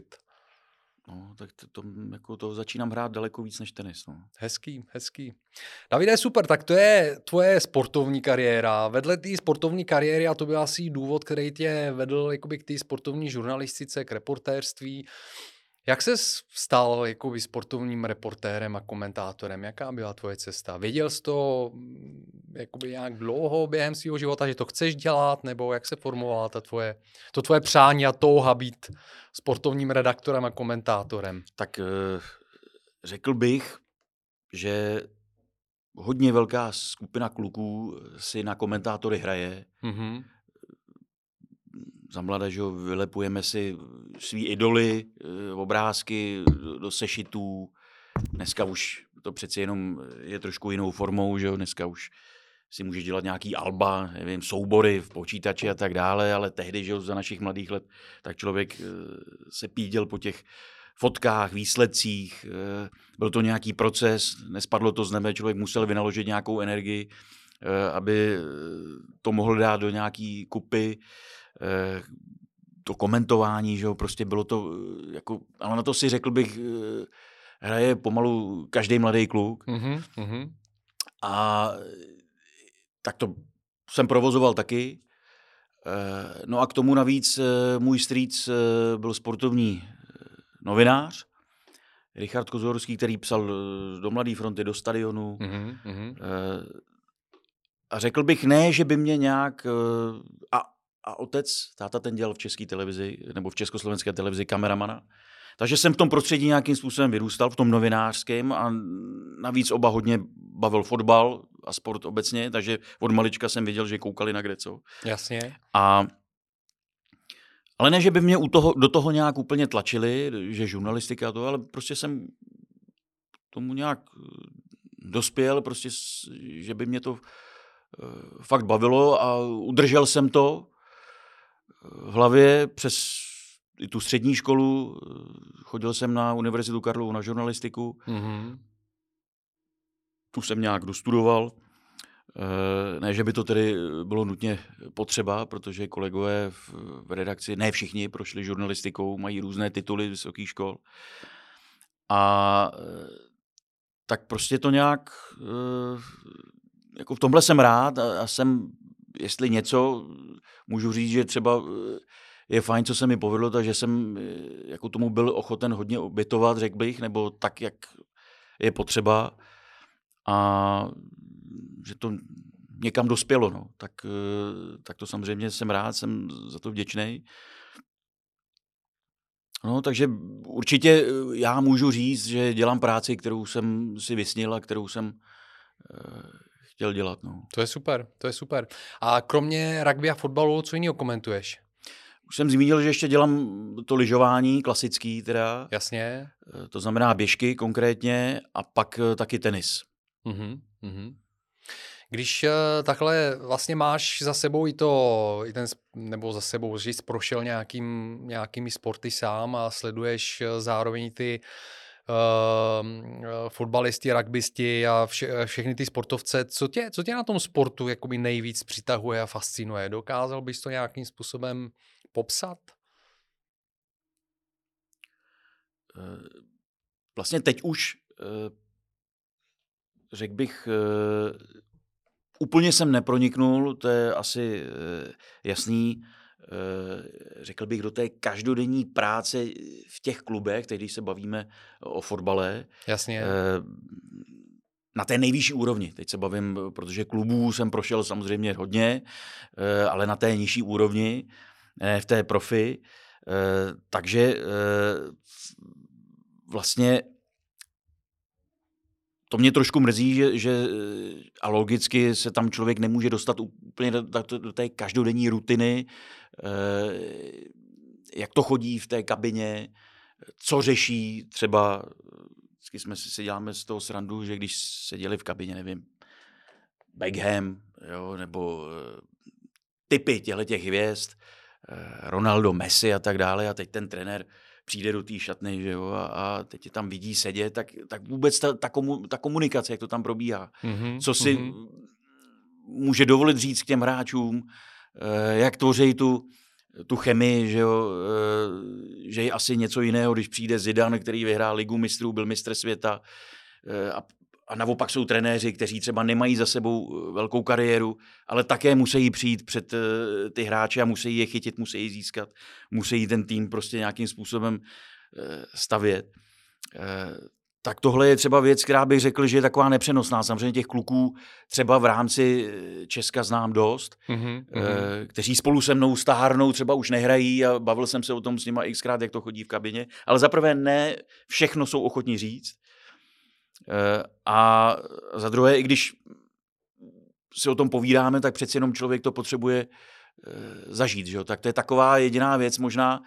No, tak to, to, jako to začínám hrát daleko víc než tenis. No. Hezký, hezký. Davide, super, tak to je tvoje sportovní kariéra. Vedle té sportovní kariéry, a to byl asi důvod, který tě vedl jakoby, k té sportovní žurnalistice, k reportérství. Jak ses stal jakoby, sportovním reportérem a komentátorem? Jaká byla tvoje cesta? Věděl jsi to jakoby, nějak dlouho během svého života, že to chceš dělat, nebo jak se formovala ta tvoje, to tvoje přání a touha být sportovním redaktorem a komentátorem? Tak řekl bych, že hodně velká skupina kluků si na komentátory hraje. Mm-hmm. Za mladé, že vylepujeme si svý idoly, obrázky do sešitů. Dneska už to přeci jenom je trošku jinou formou, že dneska už si můžeš dělat nějaký alba, nevím, soubory v počítači a tak dále, ale tehdy, že za našich mladých let, tak člověk se píděl po těch fotkách, výsledcích, byl to nějaký proces, nespadlo to z nebe, člověk musel vynaložit nějakou energii, aby to mohl dát do nějaký kupy, to komentování, že jo, prostě bylo to, jako, ale na to si řekl bych, hraje pomalu každý mladý kluk. Mm-hmm. A tak to jsem provozoval taky. No a k tomu navíc můj strýc byl sportovní novinář, Richard Kozorský, který psal do Mladé fronty, do Stadionu. Mm-hmm. A řekl bych ne, že by mě nějak... A a otec, táta ten dělal v České televizi, nebo v Československé televizi kameramana. Takže jsem v tom prostředí nějakým způsobem vyrůstal, v tom novinářském a navíc oba hodně bavil fotbal a sport obecně, takže od malička jsem viděl, že koukali na Greco. Jasně. A, ale ne, že by mě u toho, do toho nějak úplně tlačili, že žurnalistika a to, ale prostě jsem tomu nějak dospěl, prostě, že by mě to fakt bavilo a udržel jsem to v hlavě přes i tu střední školu, chodil jsem na Univerzitu Karlovu na žurnalistiku, mm-hmm. tu jsem nějak dostudoval. Ne, že by to tedy bylo nutně potřeba, protože kolegové v redakci, ne všichni prošli žurnalistikou, mají různé tituly vysokých škol. A tak prostě to nějak, jako v tomhle jsem rád a jsem, jestli něco, můžu říct, že třeba je fajn, co se mi povedlo, takže jsem jako tomu byl ochoten hodně obětovat, řekl bych, nebo tak, jak je potřeba. A že to někam dospělo, no. tak, tak to samozřejmě jsem rád, jsem za to vděčnej. No, takže určitě já můžu říct, že dělám práci, kterou jsem si vysnil a kterou jsem uh, chtěl dělat. No. To je super, to je super. A kromě rugby a fotbalu, co jiného komentuješ? Už jsem zmínil, že ještě dělám to lyžování, klasický teda. Jasně. To znamená běžky konkrétně a pak taky tenis. Mhm, mhm. Když uh, takhle vlastně máš za sebou i to, i ten, nebo za sebou, že jsi prošel nějakým, nějakými sporty sám a sleduješ zároveň ty uh, fotbalisty, rugbysti a vše, všechny ty sportovce, co tě, co tě na tom sportu jakoby nejvíc přitahuje a fascinuje? Dokázal bys to nějakým způsobem popsat? Vlastně teď už řekl bych, úplně jsem neproniknul, to je asi jasný, řekl bych, do té každodenní práce v těch klubech, když se bavíme o fotbale. Jasně. Na té nejvyšší úrovni. Teď se bavím, protože klubů jsem prošel samozřejmě hodně, ale na té nižší úrovni, v té profi. Takže vlastně to mě trošku mrzí, že, že a logicky se tam člověk nemůže dostat úplně do, do, do té každodenní rutiny, jak to chodí v té kabině, co řeší třeba, vždycky jsme si děláme z toho srandu, že když seděli v kabině, nevím, Beckham, jo, nebo typy těchto hvězd, Ronaldo, Messi a tak dále, a teď ten trenér přijde do té šatny, že jo, a, a teď je tam vidí sedět, tak, tak vůbec ta, ta, komu, ta komunikace, jak to tam probíhá. Mm-hmm, co si mm-hmm. může dovolit říct k těm hráčům, eh, jak tvoří tu, tu chemii, že jo, eh, že je asi něco jiného, když přijde Zidane, který vyhrál Ligu mistrů, byl mistr světa, eh, a, a naopak jsou trenéři, kteří třeba nemají za sebou velkou kariéru, ale také musí přijít před uh, ty hráče a musí je chytit, musí je získat, musí ten tým prostě nějakým způsobem uh, stavět. Uh, tak tohle je třeba věc, která bych řekl, že je taková nepřenosná. Samozřejmě těch kluků třeba v rámci Česka znám dost, mm-hmm. uh, kteří spolu se mnou stárnou, třeba už nehrají a bavil jsem se o tom s nima xkrát, jak to chodí v kabině, ale zaprvé ne všechno jsou ochotní říct. A za druhé, i když si o tom povídáme, tak přeci jenom člověk to potřebuje zažít. Že? Tak to je taková jediná věc možná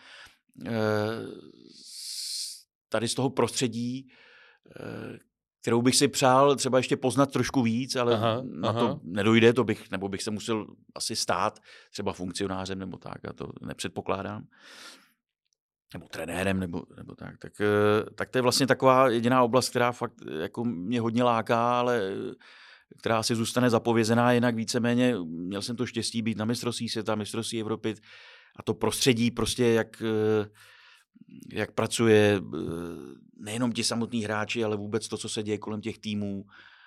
tady z toho prostředí, kterou bych si přál třeba ještě poznat trošku víc, ale aha, na aha. to nedojde, to bych, nebo bych se musel asi stát třeba funkcionářem nebo tak, a to nepředpokládám. Nebo trenérem, nebo, nebo tak. tak. Tak to je vlastně taková jediná oblast, která fakt jako mě hodně láká, ale která asi zůstane zapovězená, jinak víceméně měl jsem to štěstí být na mistrovství světa, mistrovství Evropy a to prostředí prostě, jak, jak pracuje nejenom ti samotní hráči, ale vůbec to, co se děje kolem těch týmů,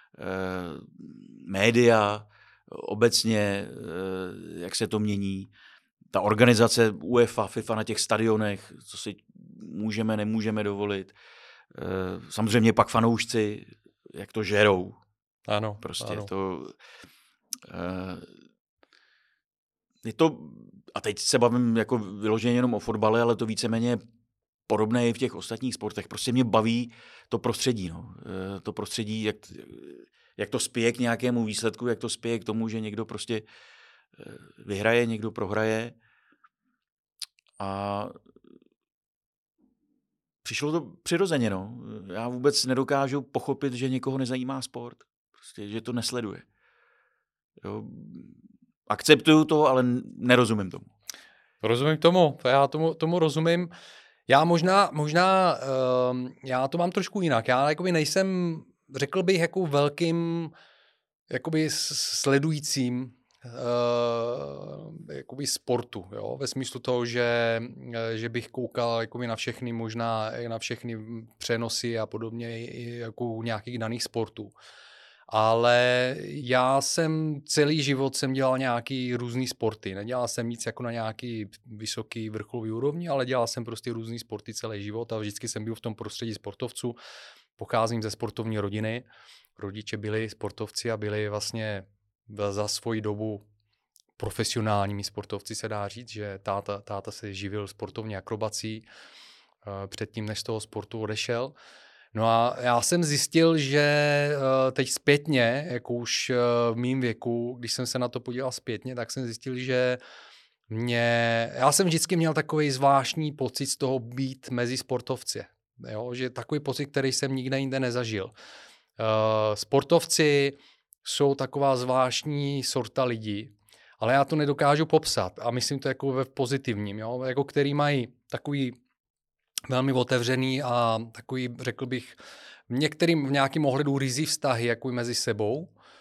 média, obecně, jak se to mění. Ta organizace UEFA, FIFA na těch stadionech, co si můžeme, nemůžeme dovolit. Samozřejmě pak fanoušci, jak to žerou. Ano. Prostě ano. to... je to, a teď se bavím jako vyloženě jenom o fotbale, ale to víceméně podobné i v těch ostatních sportech. Prostě mě baví to prostředí. No. To prostředí, jak, jak to spěje k nějakému výsledku, jak to spěje k tomu, že někdo prostě vyhraje, někdo prohraje. A přišlo to přirozeně. No. Já vůbec nedokážu pochopit, že někoho nezajímá sport. Prostě, že to nesleduje. Jo. Akceptuju to, ale nerozumím tomu. Rozumím tomu, já tomu, tomu rozumím. Já možná, možná uh, já to mám trošku jinak. Já jakoby nejsem, řekl bych, jako velkým jakoby sledujícím uh, jakoby sportu, jo? Ve smyslu toho, že, že bych koukal jakoby na všechny možná, na všechny přenosy a podobně i jako u nějakých daných sportů. Ale já jsem celý život jsem dělal nějaký různý sporty. Nedělal jsem nic jako na nějaký vysoký vrcholový úrovni, ale dělal jsem prostě různý sporty celý život a vždycky jsem byl v tom prostředí sportovců. Pocházím ze sportovní rodiny. Rodiče byli sportovci a byli vlastně za svoji dobu profesionálními sportovci, se dá říct, že táta, táta se živil sportovní akrobací předtím, než z toho sportu odešel. No a já jsem zjistil, že teď zpětně, jako už v mým věku, když jsem se na to podíval zpětně, tak jsem zjistil, že mě, já jsem vždycky měl takový zvláštní pocit z toho být mezi sportovci. Jo? Že takový pocit, který jsem nikde jinde nezažil. Sportovci jsou taková zvláštní sorta lidí, ale já to nedokážu popsat a myslím to jako ve pozitivním, jo? Jako který mají takový velmi otevřený a takový, řekl bych, v některým v nějakém ohledu rizí vztahy jako mezi sebou.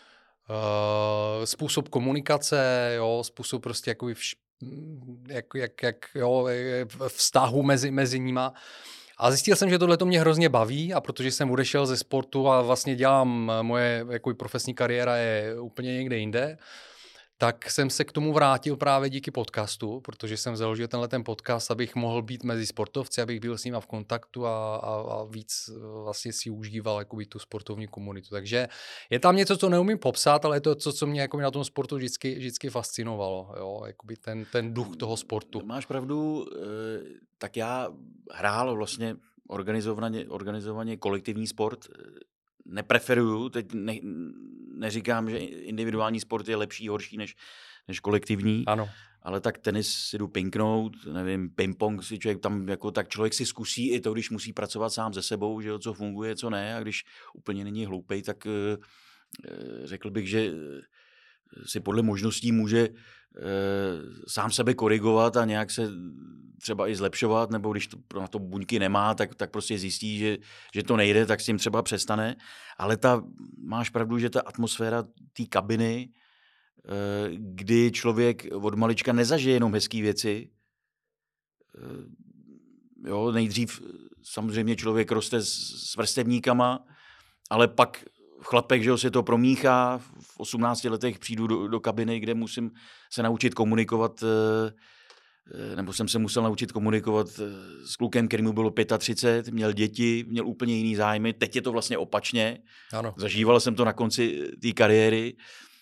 Uh, způsob komunikace, jo, způsob prostě jako vš, jak, jak, jak, jo, vztahu mezi, mezi nima. A zjistil jsem, že tohle to mě hrozně baví a protože jsem odešel ze sportu a vlastně dělám, moje jako profesní kariéra je úplně někde jinde, tak jsem se k tomu vrátil právě díky podcastu, protože jsem založil tenhle ten podcast, abych mohl být mezi sportovci, abych byl s nimi v kontaktu a, a, a víc vlastně si užíval jakoby tu sportovní komunitu. Takže je tam něco, co neumím popsat, ale je to to, co mě jakoby na tom sportu vždycky, vždycky fascinovalo. Jo? Jakoby ten, ten duch toho sportu. Máš pravdu, tak já hrál vlastně organizovaně, organizovaně kolektivní sport. Nepreferuju, teď ne, neříkám, že individuální sport je lepší, horší než, než kolektivní, ano. Ale tak tenis si jdu pinknout, nevím, ping-pong si člověk tam, jako, tak člověk si zkusí i to, když musí pracovat sám se sebou, že jo, co funguje, co ne, a když úplně není hloupej, tak e, řekl bych, že si podle možností může e, sám sebe korigovat a nějak se třeba i zlepšovat, nebo když to, na to buňky nemá, tak, tak prostě zjistí, že, že to nejde, tak s tím třeba přestane. Ale ta, máš pravdu, že ta atmosféra té kabiny, e, kdy člověk od malička nezažije jenom hezký věci, e, jo, nejdřív samozřejmě člověk roste s, s vrstevníkama, ale pak chlapek, že ho se to promíchá, v osmnácti letech přijdu do, do kabiny, kde musím se naučit komunikovat, nebo jsem se musel naučit komunikovat s klukem, který mu bylo třicet pět, měl děti, měl úplně jiný zájmy, teď je to vlastně opačně. Ano. Zažíval jsem to na konci té kariéry.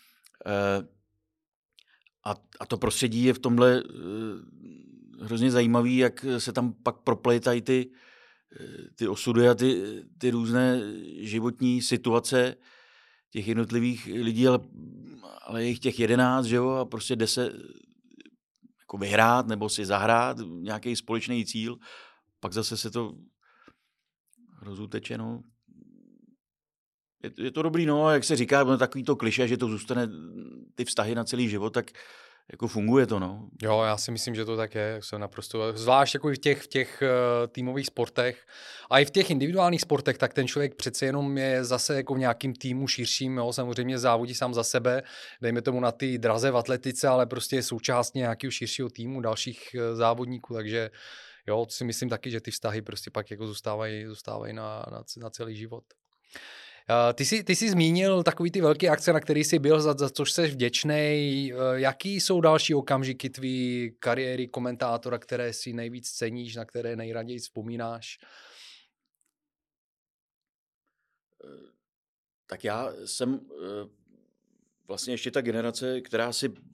A, a to prostředí je v tomhle hrozně zajímavý, jak se tam pak propletají ty ty osudy a ty, ty různé životní situace těch jednotlivých lidí, ale, ale je jich těch jedenáct, že jo, a prostě jde se jako vyhrát nebo si zahrát nějaký společný cíl, pak zase se to rozuteče, no. Je, je to dobrý, no, jak se říká, no, takový to klišé, že to zůstane ty vztahy na celý život, tak jako funguje to, no. Jo, já si myslím, že to tak je, jsem naprosto, zvlášť jako i v těch, v těch uh, týmových sportech a i v těch individuálních sportech, tak ten člověk přece jenom je zase jako v nějakým týmu širším, jo, samozřejmě závodí sám za sebe, dejme tomu na ty draze v atletice, ale prostě je součástí nějakého širšího týmu, dalších uh, závodníků, takže jo, si myslím taky, že ty vztahy prostě pak jako zůstávají, zůstávají na, na, na celý život. Ty jsi, ty jsi zmínil takový ty velké akce, na který jsi byl, za, za což jsi vděčnej. Jaký jsou další okamžiky tvý kariéry komentátora, které si nejvíc ceníš, na které nejraději vzpomínáš? Tak já jsem vlastně ještě ta generace, která si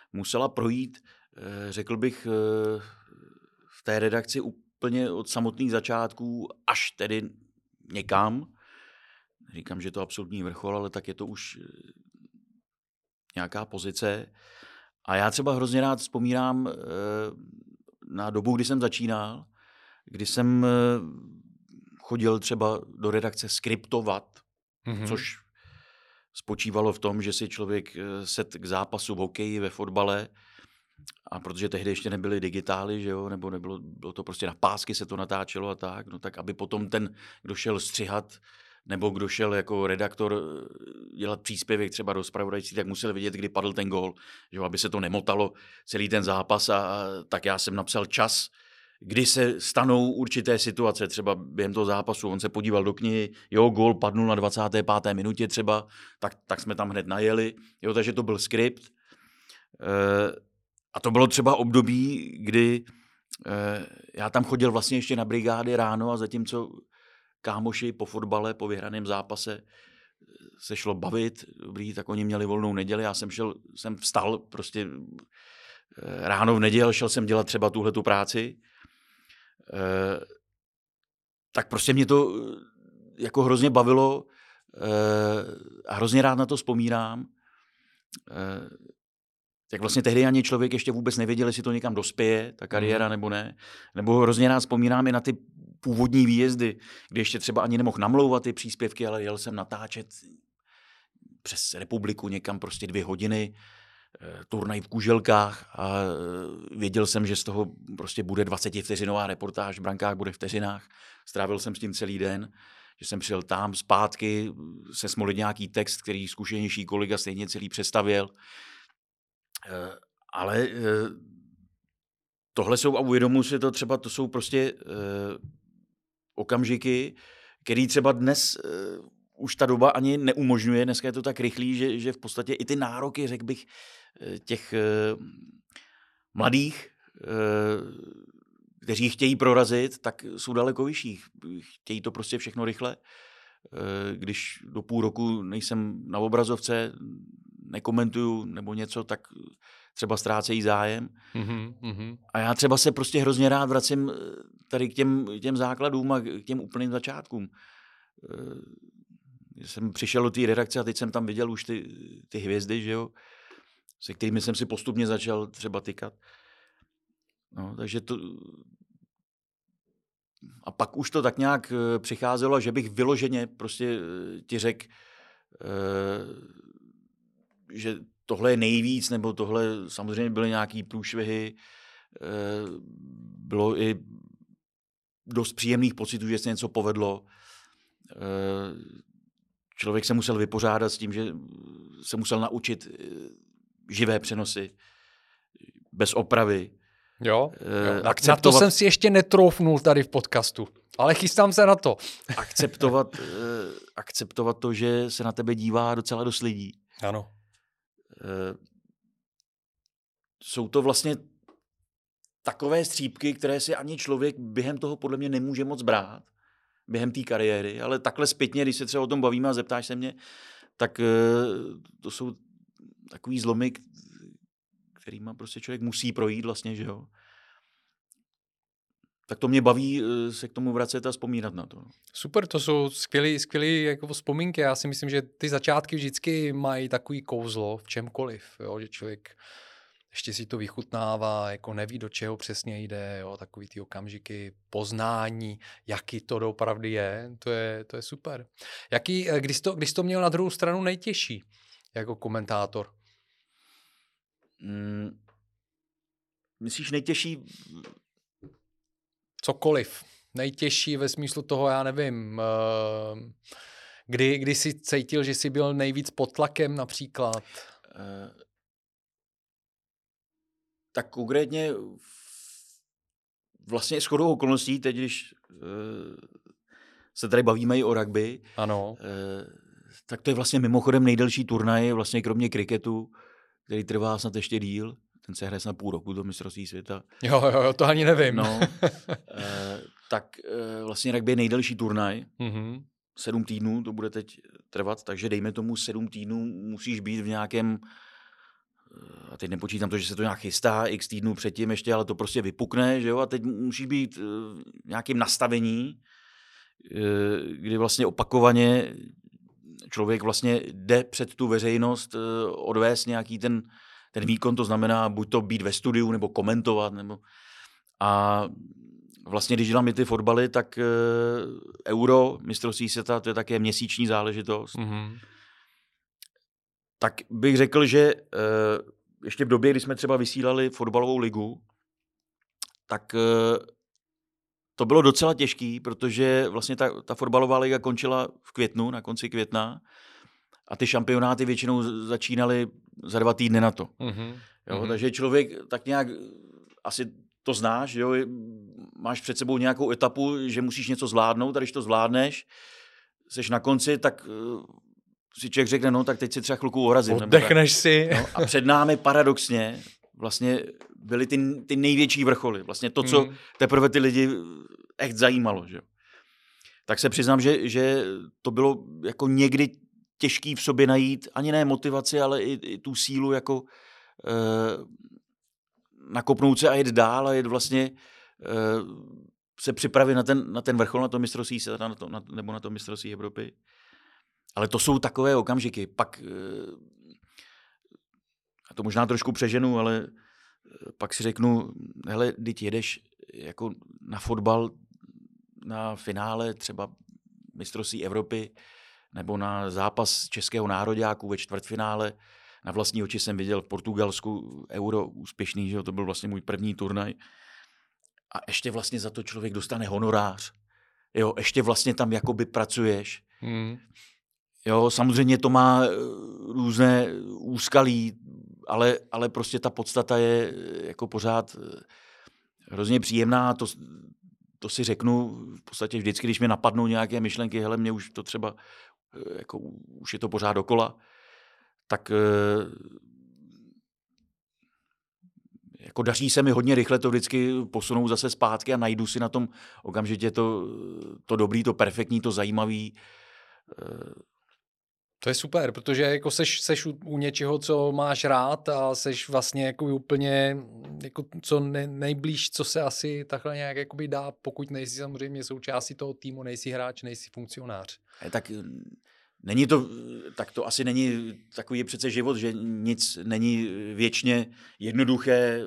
musela projít, řekl bych, v té redakci úplně od samotných začátků až tedy někam. Říkám, že to je absolutní vrchol, ale tak je to už nějaká pozice. A já třeba hrozně rád vzpomínám na dobu, kdy jsem začínal, kdy jsem chodil třeba do redakce skriptovat, mm-hmm. což spočívalo v tom, že si člověk set k zápasu v hokeji, ve fotbale, a protože tehdy ještě nebyly digitály, že jo, nebo nebylo, bylo to prostě na pásky se to natáčelo a tak, no tak aby potom ten, kdo šel střihat, nebo kdo šel jako redaktor dělat příspěvek třeba do zpravodajství, tak musel vědět, kdy padl ten gól, že jo, aby se to nemotalo celý ten zápas, a, a tak já jsem napsal čas, kdy se stanou určité situace, třeba během toho zápasu, on se podíval do knihy, jo, gól padnul na dvacáté páté minutě třeba, tak, tak jsme tam hned najeli, jo, takže to byl skript. E, a to bylo třeba období, kdy e, já tam chodil vlastně ještě na brigády ráno, a zatímco kámoši po fotbale, po vyhraném zápase se šlo bavit, dobrý, tak oni měli volnou neděli, já jsem šel, jsem vstal prostě e, ráno v neděli, šel jsem dělat třeba tuhletu práci. Uh, tak prostě mě to uh, jako hrozně bavilo uh, a hrozně rád na to vzpomínám. Uh, tak vlastně tehdy ani člověk ještě vůbec nevěděl, jestli to někam dospěje, ta kariéra, mm. nebo ne. Nebo hrozně rád vzpomínám i na ty původní výjezdy, kdy ještě třeba ani nemohl namlouvat ty příspěvky, ale jel jsem natáčet přes republiku někam prostě dvě hodiny, turnaj v Kuželkách, a věděl jsem, že z toho prostě bude dvacetivteřinová reportáž, v brankách bude vteřinách. Strávil jsem s tím celý den, že jsem přijel tam zpátky, se smolit nějaký text, který zkušenější kolega stejně celý přestavěl. Ale tohle jsou, a uvědomuji si to třeba, to jsou prostě okamžiky, který třeba dnes už ta doba ani neumožňuje, dneska je to tak rychlý, že, že v podstatě i ty nároky, řekl bych, těch uh, mladých, uh, kteří chtějí prorazit, tak jsou daleko vyšší. Chtějí to prostě všechno rychle. Uh, když do půl roku nejsem na obrazovce, nekomentuju nebo něco, tak třeba ztrácejí zájem. Mm-hmm. A já třeba se prostě hrozně rád vracím tady k těm, těm základům a k těm úplným začátkům. Uh, jsem přišel do té redakce a teď jsem tam viděl už ty, ty hvězdy, že jo, se kterými jsem si postupně začal třeba tykat. No, takže to... A pak už to tak nějak přicházelo, že bych vyloženě prostě ti řekl, že tohle je nejvíc, nebo tohle samozřejmě byly nějaký průšvihy, bylo i dost příjemných pocitů, že se něco povedlo. Člověk se musel vypořádat s tím, že se musel naučit živé přenosy, bez opravy. Jo, jo. Na to jsem si ještě netroufnul tady v podcastu, ale chystám se na to. akceptovat, akceptovat to, že se na tebe dívá docela dost lidí. Ano. Jsou to vlastně takové střípky, které si ani člověk během toho podle mě nemůže moc brát, během té kariéry, ale takhle zpětně, když se třeba o tom bavíme a zeptáš se mě, tak to jsou takový zlomy, kterýma prostě člověk musí projít vlastně, že jo. Tak to mě baví se k tomu vracet a vzpomínat na to. Super, to jsou skvělý, skvělý jako vzpomínky. Já si myslím, že ty začátky vždycky mají takový kouzlo v čemkoliv, jo? Že člověk ještě si to vychutnává, jako neví, do čeho přesně jde, jo? Takový ty okamžiky poznání, jaký to doopravdy je, to je, to je super. Jaký, když to, když to měl na druhou stranu nejtěžší jako komentátor? Hmm, myslíš nejtěžší? Cokoliv. Nejtěžší ve smyslu toho, já nevím, kdy, kdy jsi cítil, že jsi byl nejvíc pod tlakem například? Tak konkrétně vlastně shodou okolností, teď když se tady bavíme i o rugby, ano. Tak to je vlastně mimochodem nejdelší turnaj, vlastně kromě kriketu, který trvá snad ještě díl. Ten se hraje snad půl roku do mistrovství světa. Jo, jo, jo, to ani nevím. No, eh, tak eh, vlastně rugby je nejdelší turnaj. Mm-hmm. Sedm týdnů to bude teď trvat, takže dejme tomu sedm týdnů musíš být v nějakém a teď nepočítám to, že se to nějak chystá x týdnů předtím ještě, ale to prostě vypukne, že jo, a teď musí být v nějakém nastavení, kdy vlastně opakovaně člověk vlastně jde před tu veřejnost odvést nějaký ten, ten výkon, to znamená buď to být ve studiu, nebo komentovat, nebo a vlastně, když dělám i ty fotbaly, tak Euro, mistrovství světa, to je také měsíční záležitost. Mm-hmm. Tak bych řekl, že ještě v době, kdy jsme třeba vysílali fotbalovou ligu, tak to bylo docela těžký, protože vlastně ta, ta fotbalová liga končila v květnu, na konci května, a ty šampionáty většinou začínaly za dva týdny na to. Mm-hmm. Jo, takže člověk tak nějak, asi to znáš, jo, máš před sebou nějakou etapu, že musíš něco zvládnout, a když to zvládneš, seš na konci, tak si člověk řekne, no tak teď si třeba chvilku orazím. Oddechneš si. No, a před námi paradoxně vlastně byly ty, ty největší vrcholy. Vlastně to, co mm. teprve ty lidi echt zajímalo. Že? Tak se přiznám, že, že to bylo jako někdy těžký v sobě najít ani ne motivaci, ale i, i tu sílu jako eh, nakopnout se a jet dál a jet vlastně eh, se připravit na ten, na ten vrchol, na to mistrovství světa, na to, na, nebo na to mistrovství Evropy. Ale to jsou takové okamžiky. Pak, a to možná trošku přeženu, ale pak si řeknu, hele, teď jedeš jako na fotbal, na finále třeba mistrovství Evropy, nebo na zápas českého nároďáku ve čtvrtfinále. Na vlastní oči jsem viděl v Portugalsku Euro úspěšný, že to byl vlastně můj první turnaj. A ještě vlastně za to člověk dostane honorář. Jo, ještě vlastně tam jakoby pracuješ. Hmm. Jo, samozřejmě to má různé úskalí, ale, ale prostě ta podstata je jako pořád hrozně příjemná. To, to si řeknu v podstatě vždycky, když mi napadnou nějaké myšlenky, hele, mě už to třeba, jako už je to pořád dokola, tak jako daří se mi hodně rychle to vždycky posunout zase zpátky a najdu si na tom okamžitě to, to dobrý, to perfektní, to zajímavý. To je super, protože jako seš, seš u, u něčeho, co máš rád a seš vlastně jako úplně jako co ne, nejblíž, co se asi takhle nějak jakoby dá, pokud nejsi samozřejmě součástí toho týmu, nejsi hráč, nejsi funkcionář. Tak není to, tak to asi není takový přece život, že nic není věčně jednoduché,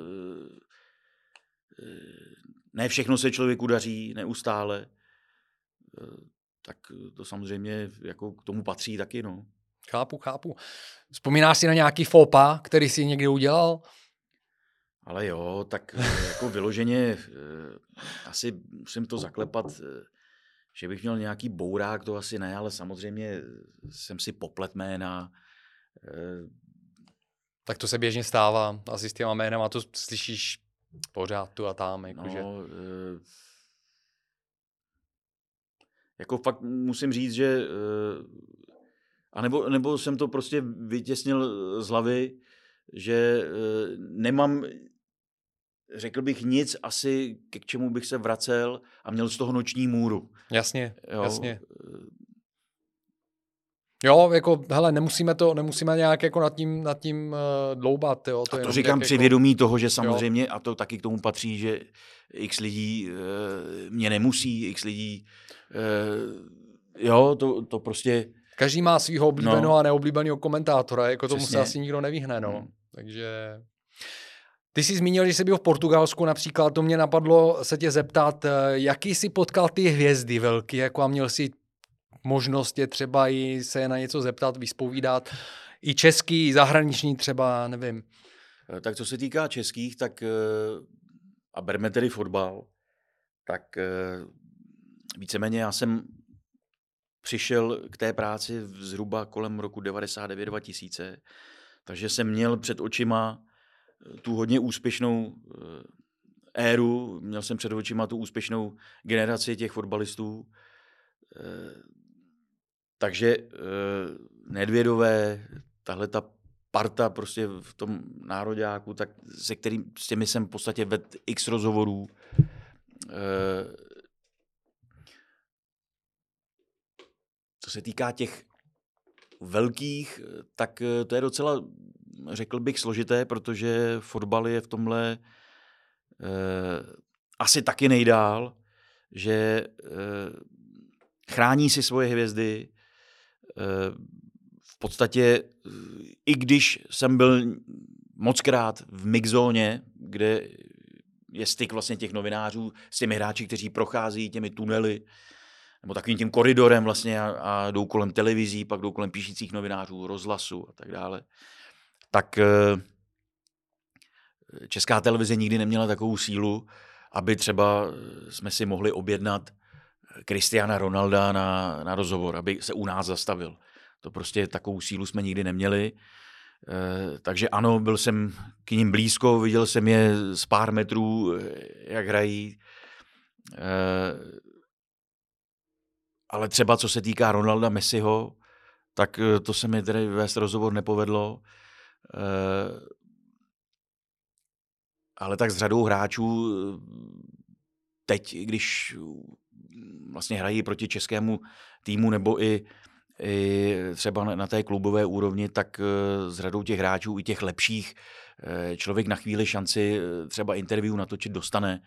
ne všechno se člověku daří neustále. Tak to samozřejmě jako k tomu patří taky, no. Chápu, chápu. Vzpomínáš si na nějaký fópa, který jsi někdy udělal? Ale jo, tak jako vyloženě asi musím to zaklepat, že bych měl nějaký bourák, to asi ne, ale samozřejmě jsem si poplet jména. Tak to se běžně stává, asi s těma jménama, to slyšíš pořád tu a tam. Jako no, že... Jako fakt musím říct, že a nebo, nebo jsem to prostě vytěsnil z hlavy, že nemám, řekl bych, nic asi, k čemu bych se vracel a měl z toho noční můru. Jasně, jo. jasně. Jo, jako, hele, nemusíme to, nemusíme nějak jako nad tím, nad tím uh, dloubat, jo. To, a to říkám při jako... vědomí toho, že samozřejmě, jo. A to taky k tomu patří, že x lidí uh, mě nemusí, x lidí, uh, jo, to, to prostě... Každý má svýho oblíbeného no. a neoblíbeného komentátora, jako tomu Přesně. se asi nikdo nevyhne, no. Hmm. Takže... Ty jsi zmínil, že jsi byl v Portugalsku například, to mě napadlo se tě zeptat, jaký jsi potkal ty hvězdy velký, jako a měl jsi možnost je třeba i se na něco zeptat, vyspovídat, i český, i zahraniční třeba, nevím. Tak co se týká českých, tak a berme tedy fotbal, tak víceméně já jsem přišel k té práci zhruba kolem roku devadesát devět dva tisíce, takže jsem měl před očima tu hodně úspěšnou éru, měl jsem před očima tu úspěšnou generaci těch fotbalistů. Takže Nedvědové, tahle ta parta prostě v tom nároďáku, tak se kterým, s těmi jsem v podstatě vedl x rozhovorů. Co se týká těch velkých, tak to je docela řekl bych, složité, protože fotbal je v tomhle eh, asi taky nejdál, že eh, chrání si svoje hvězdy. Eh, v podstatě, i když jsem byl mockrát v mixzóně, kde je styk vlastně těch novinářů s těmi hráči, kteří prochází těmi tunely, nebo takovým tím koridorem vlastně a, a jdou kolem televizí, pak jdou kolem píšících novinářů, rozhlasu a tak dále, tak eh, Česká televize nikdy neměla takovou sílu, aby třeba jsme si mohli objednat Cristiana Ronalda na, na rozhovor, aby se u nás zastavil. To prostě takovou sílu jsme nikdy neměli. E, takže ano, byl jsem k ním blízko, viděl jsem je z pár metrů, jak hrají. E, ale třeba co se týká Ronalda, Messiho, tak to se mi tedy vést rozhovor nepovedlo. E, ale tak s řadou hráčů teď, když vlastně hrají proti českému týmu nebo i, i třeba na té klubové úrovni, tak s řadou těch hráčů, i těch lepších, člověk na chvíli šanci třeba interview natočit dostane.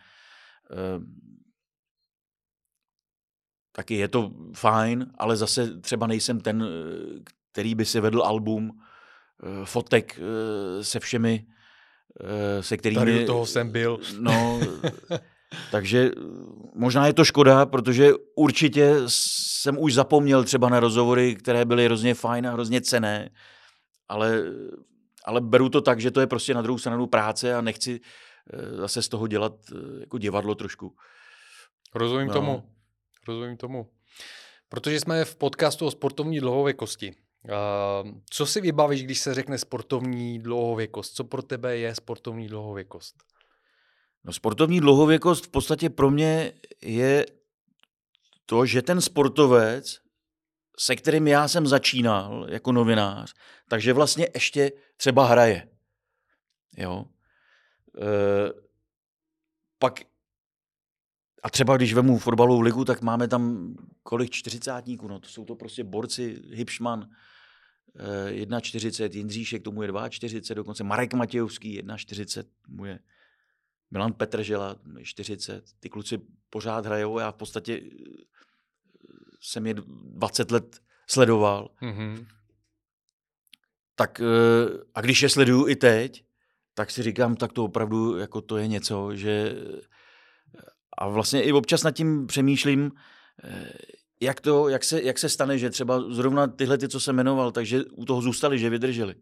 Taky je to fajn, ale zase třeba nejsem ten, který by si vedl album fotek se všemi, se kterými... Tady u toho jsem byl. No, takže možná je to škoda, protože určitě jsem už zapomněl třeba na rozhovory, které byly hrozně fajn a hrozně cenné, ale, ale beru to tak, že to je prostě na druhou stranu práce a nechci zase z toho dělat jako divadlo trošku. Rozumím no. tomu. Rozumím tomu. Protože jsme v podcastu o sportovní dlouhověkosti. Co si vybavíš, když se řekne sportovní dlouhověkost? Co pro tebe je sportovní dlouhověkost? No, sportovní dlouhověkost v podstatě pro mě je to, že ten sportovec, se kterým já jsem začínal jako novinář, takže vlastně ještě třeba hraje. Jo. E, pak a třeba když vemu fotbalovou ligu, tak máme tam kolik čtyřicátníků, no to jsou to prostě borci, Hipšman, e, čtyřicet jedna, Jindříšek, tomu je čtyřicet dva, dokonce Marek Matějovský, čtyřicet jedna mu je. Milan Petržela, čtyřicet. Ty kluci pořád hrajou, já v podstatě jsem je dvacet let sledoval. Mm-hmm. Tak a když je sleduju i teď, tak si říkám, tak to opravdu jako to je něco, že a vlastně i občas nad tím přemýšlím, jak to, jak se, jak se stane, že třeba zrovna tyhle ty, co jsem jmenoval, takže u toho zůstali, že vydrželi.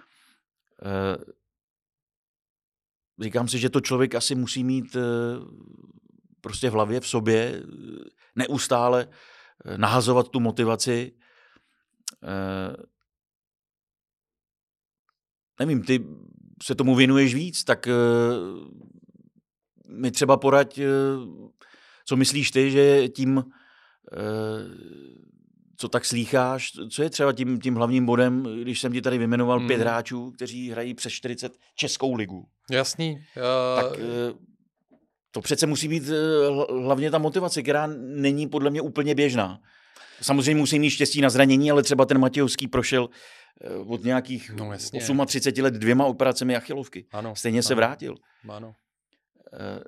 Říkám si, že to člověk asi musí mít prostě v hlavě, v sobě, neustále nahazovat tu motivaci. Nevím, ty se tomu věnuješ víc, tak mi třeba poraď, co myslíš ty, že tím, co tak slýcháš, co je třeba tím, tím hlavním bodem, když jsem ti tady vyjmenoval hmm. pět hráčů, kteří hrají přes čtyřicet českou ligu. Jasný. Uh... Tak to přece musí být hlavně ta motivace, která není podle mě úplně běžná. Samozřejmě musí mít štěstí na zranění, ale třeba ten Matějovský prošel od nějakých no, třicet osm let dvěma operacemi achilovky. Ano, Stejně ano, se vrátil. Ano. Uh...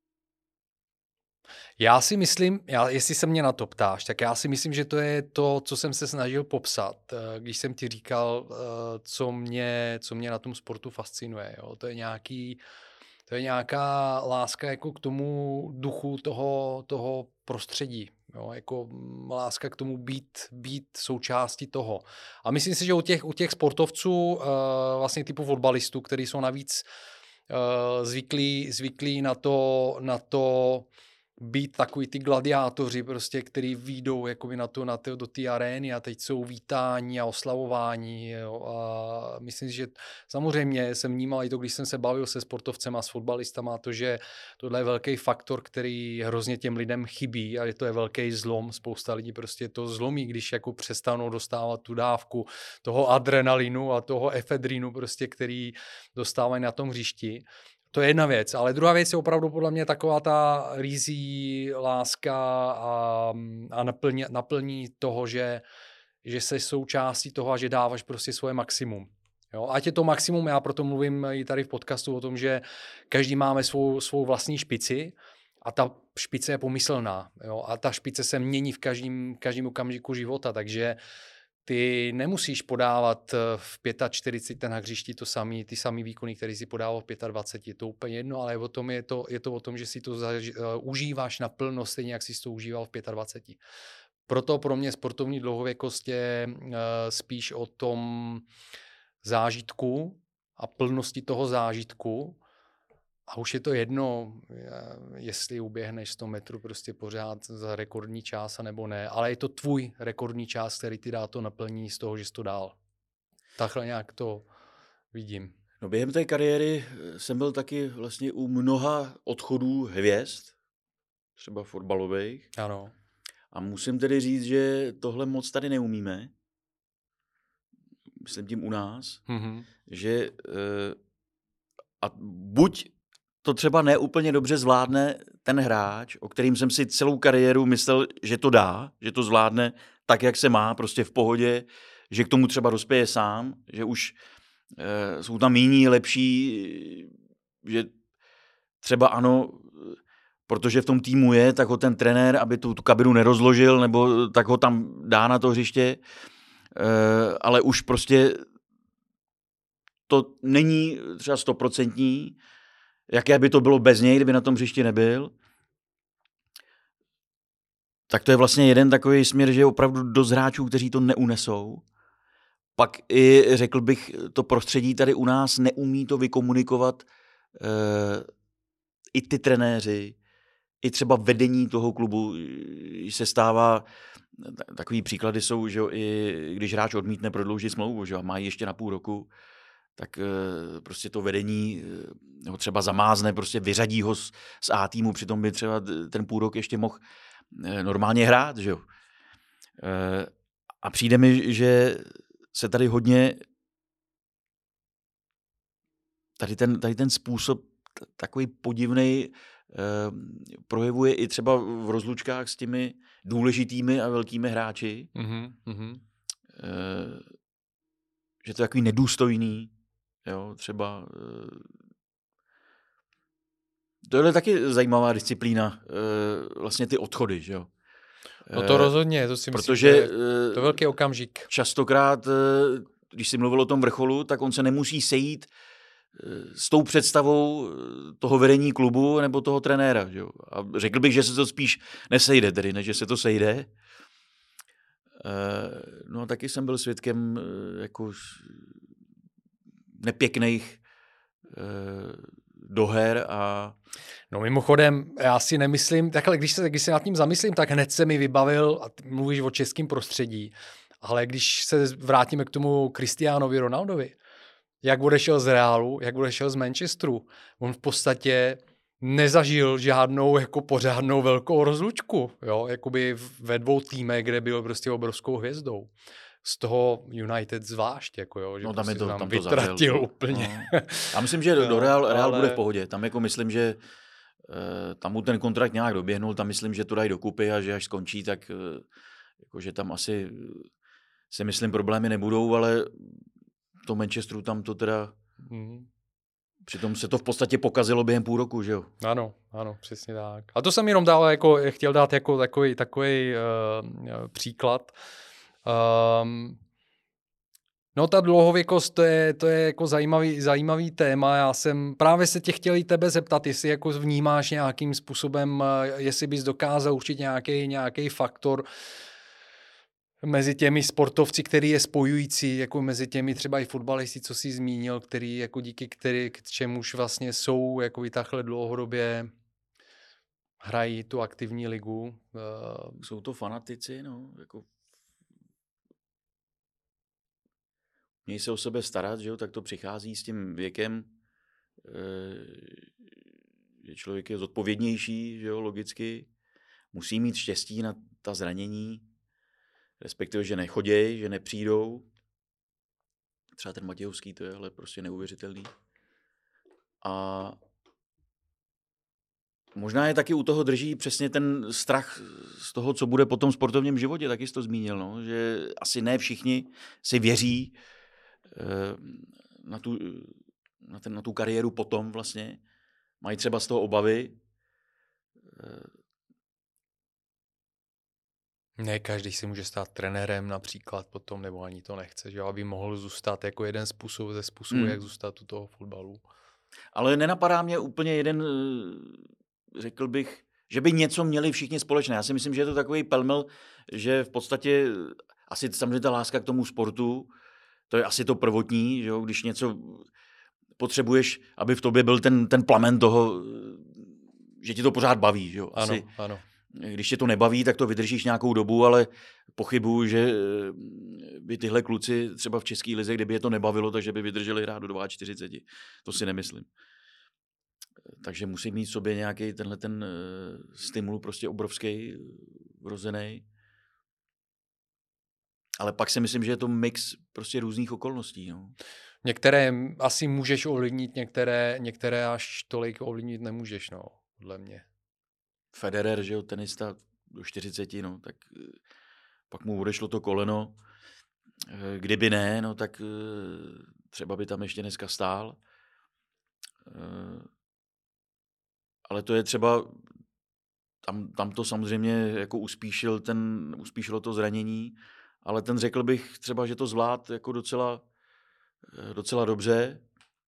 Já si myslím, já, jestli se mě na to ptáš, tak já si myslím, že to je to, co jsem se snažil popsat, když jsem ti říkal, co mě, co mě na tom sportu fascinuje. Jo? To je nějaký, to je nějaká láska jako k tomu duchu toho, toho prostředí. Jo? Jako láska k tomu být, být součástí toho. A myslím si, že u těch, u těch sportovců, vlastně typu fotbalistů, kteří jsou navíc zvyklí, zvyklí na to, na to být takový ty gladiátoři, prostě, který výjdou jakoby na to, na to, do té arény a teď jsou vítání a oslavování. Jo. A myslím si, že samozřejmě jsem vnímal i to, když jsem se bavil se sportovcema, s fotbalistama, to, že tohle je velký faktor, který hrozně těm lidem chybí a to je velký zlom. Spousta lidí prostě to zlomí, když jako přestanou dostávat tu dávku toho adrenalinu a toho efedrinu, prostě, který dostávají na tom hřišti. To je jedna věc, ale druhá věc je opravdu podle mě taková ta rýzí láska a, a naplní, naplní toho, že, že jsi součástí toho a že dáváš prostě svoje maximum. Jo, ať je to maximum, já proto mluvím i tady v podcastu o tom, že každý máme svou, svou vlastní špici a ta špice je pomyslná. Jo, a ta špice se mění v každém, každém okamžiku života, takže ty nemusíš podávat v čtyřiceti pěti na hřišti to samý, ty samý výkony, který si podával v dvaceti pěti. Je to úplně jedno, ale o tom je, to, je to o tom, že si to zaži, uh, užíváš naplno, stejně jak jsi to užíval v dvaceti pěti. Proto pro mě sportovní dlouhověkost je uh, spíš o tom zážitku a plnosti toho zážitku. A už je to jedno, jestli uběhneš sto metrů prostě pořád za rekordní čas, nebo ne. Ale je to tvůj rekordní čas, který ti dá to naplnění z toho, že jsi to dál. Takhle nějak to vidím. No během té kariéry jsem byl taky vlastně u mnoha odchodů hvězd, třeba fotbalových. Ano. A musím tedy říct, že tohle moc tady neumíme. Myslím tím u nás, mm-hmm. že a buď to třeba neúplně dobře zvládne ten hráč, o kterým jsem si celou kariéru myslel, že to dá, že to zvládne tak, jak se má, prostě v pohodě, že k tomu třeba dospěje sám, že už e, jsou tam jiní lepší, že třeba ano, protože v tom týmu je, tak ho ten trenér, aby tu, tu kabinu nerozložil, nebo tak ho tam dá na to hřiště, e, ale už prostě to není třeba stoprocentní, jaké by to bylo bez něj, kdyby na tom hřišti nebyl. Tak to je vlastně jeden takový směr, že je opravdu dost hráčů, kteří to neunesou. Pak i, řekl bych, to prostředí tady u nás neumí to vykomunikovat e, i ty trenéři, i třeba vedení toho klubu se stává, takový příklady jsou, že i když hráč odmítne prodloužit smlouvu, že má ještě na půl roku, tak prostě to vedení ho třeba zamázne, prostě vyřadí ho z, z A týmu, přitom by třeba ten půl rok ještě mohl normálně hrát, že jo. A přijde mi, že se tady hodně tady ten, tady ten způsob takový podivnej projevuje i třeba v rozlučkách s těmi důležitými a velkými hráči. Mm-hmm. Že to je takový nedůstojný. Jo, třeba to je taky zajímavá disciplína, vlastně ty odchody, že jo. No to rozhodně, to si myslím, protože že to je velký okamžik. Častokrát, když jsi mluvil o tom vrcholu, tak on se nemusí sejít s tou představou toho vedení klubu nebo toho trenéra, že jo. A řekl bych, že se to spíš nesejde, tedy než že se to sejde. No a taky jsem byl svědkem jako nepěkných eh, doher a... No mimochodem, já si nemyslím, takhle, když se, když se nad tím zamyslím, tak hned se mi vybavil, a ty mluvíš o českém prostředí, ale když se vrátíme k tomu Cristianovi Ronaldovi, jak odešel z Realu, jak odešel z Manchesteru, on v podstatě nezažil žádnou jako pořádnou velkou rozlučku, jo, jakoby ve dvou týmech, kde byl prostě obrovskou hvězdou. Z toho United zvlášť, jako jo, že no, tam prostě je to, tam, tam vytratil to zažil, úplně. No. Já myslím, že do Real, Real ale... bude v pohodě. Tam jako myslím, že uh, tam mu ten kontrakt nějak doběhnul, tam myslím, že to dají dokupy a že až skončí, tak uh, jako, že tam asi si myslím problémy nebudou, ale to Manchesteru tam to teda... Mm. Přitom se to v podstatě pokazilo během půl roku, že jo? Ano, ano, přesně tak. A to jsem jenom dál jako, chtěl dát jako takový, takový uh, příklad. Um, no ta dlouhověkost, to je, to je jako zajímavý, zajímavý téma. Já jsem právě se tě chtěl i tebe zeptat, jestli jako vnímáš nějakým způsobem, jestli bys dokázal určit nějaký, nějaký faktor mezi těmi sportovci, který je spojující, jako mezi těmi třeba i fotbalisti, co jsi zmínil, který jako díky který, k čemuž vlastně jsou jako i takhle dlouhodobě hrají tu aktivní ligu. Jsou to fanatici, no, jako měj se o sebe starat, že jo, tak to přichází s tím věkem, že člověk je zodpovědnější, že jo, logicky, musí mít štěstí na ta zranění, respektive, že nechoděj, že nepřijdou. Třeba ten Matějovský, to je ale prostě neuvěřitelný. A možná je taky u toho drží přesně ten strach z toho, co bude po tom sportovním životě, taky jsi to zmínil, no? Že asi ne všichni si věří na tu, na, ten, na tu kariéru potom vlastně, mají třeba z toho obavy. Ne každý si může stát trenérem například potom, nebo ani to nechce, že aby mohl zůstat jako jeden způsob ze způsobů, hmm. jak zůstat u toho fotbalu. Ale nenapadá mě úplně jeden, řekl bych, že by něco měli všichni společné. Já si myslím, že je to takový pelmel, že v podstatě asi samozřejmě ta láska k tomu sportu, to je asi to prvotní, že jo? Když něco potřebuješ, aby v tobě byl ten, ten plamen toho, že ti to pořád baví. Že jo? Asi, ano, ano. Když tě to nebaví, tak to vydržíš nějakou dobu, ale pochybuju, že by tyhle kluci třeba v české lize, kdyby je to nebavilo, takže by vydrželi hrát do čtyřicet dva. To si nemyslím. Takže musí mít v sobě nějaký tenhle ten stimul prostě obrovský, vrozený. Ale pak si myslím, že je to mix prostě různých okolností. No. Některé asi můžeš ovlivnit, některé, některé až tolik ovlivnit nemůžeš, no, podle mě. Federer, že jo, tenista do čtyřiceti, no, tak pak mu odešlo to koleno. Kdyby ne, no, tak třeba by tam ještě dneska stál. Ale to je třeba, tam, tam to samozřejmě jako uspíšil ten, uspíšilo to zranění, ale ten řekl bych třeba, že to zvlád jako docela, docela dobře.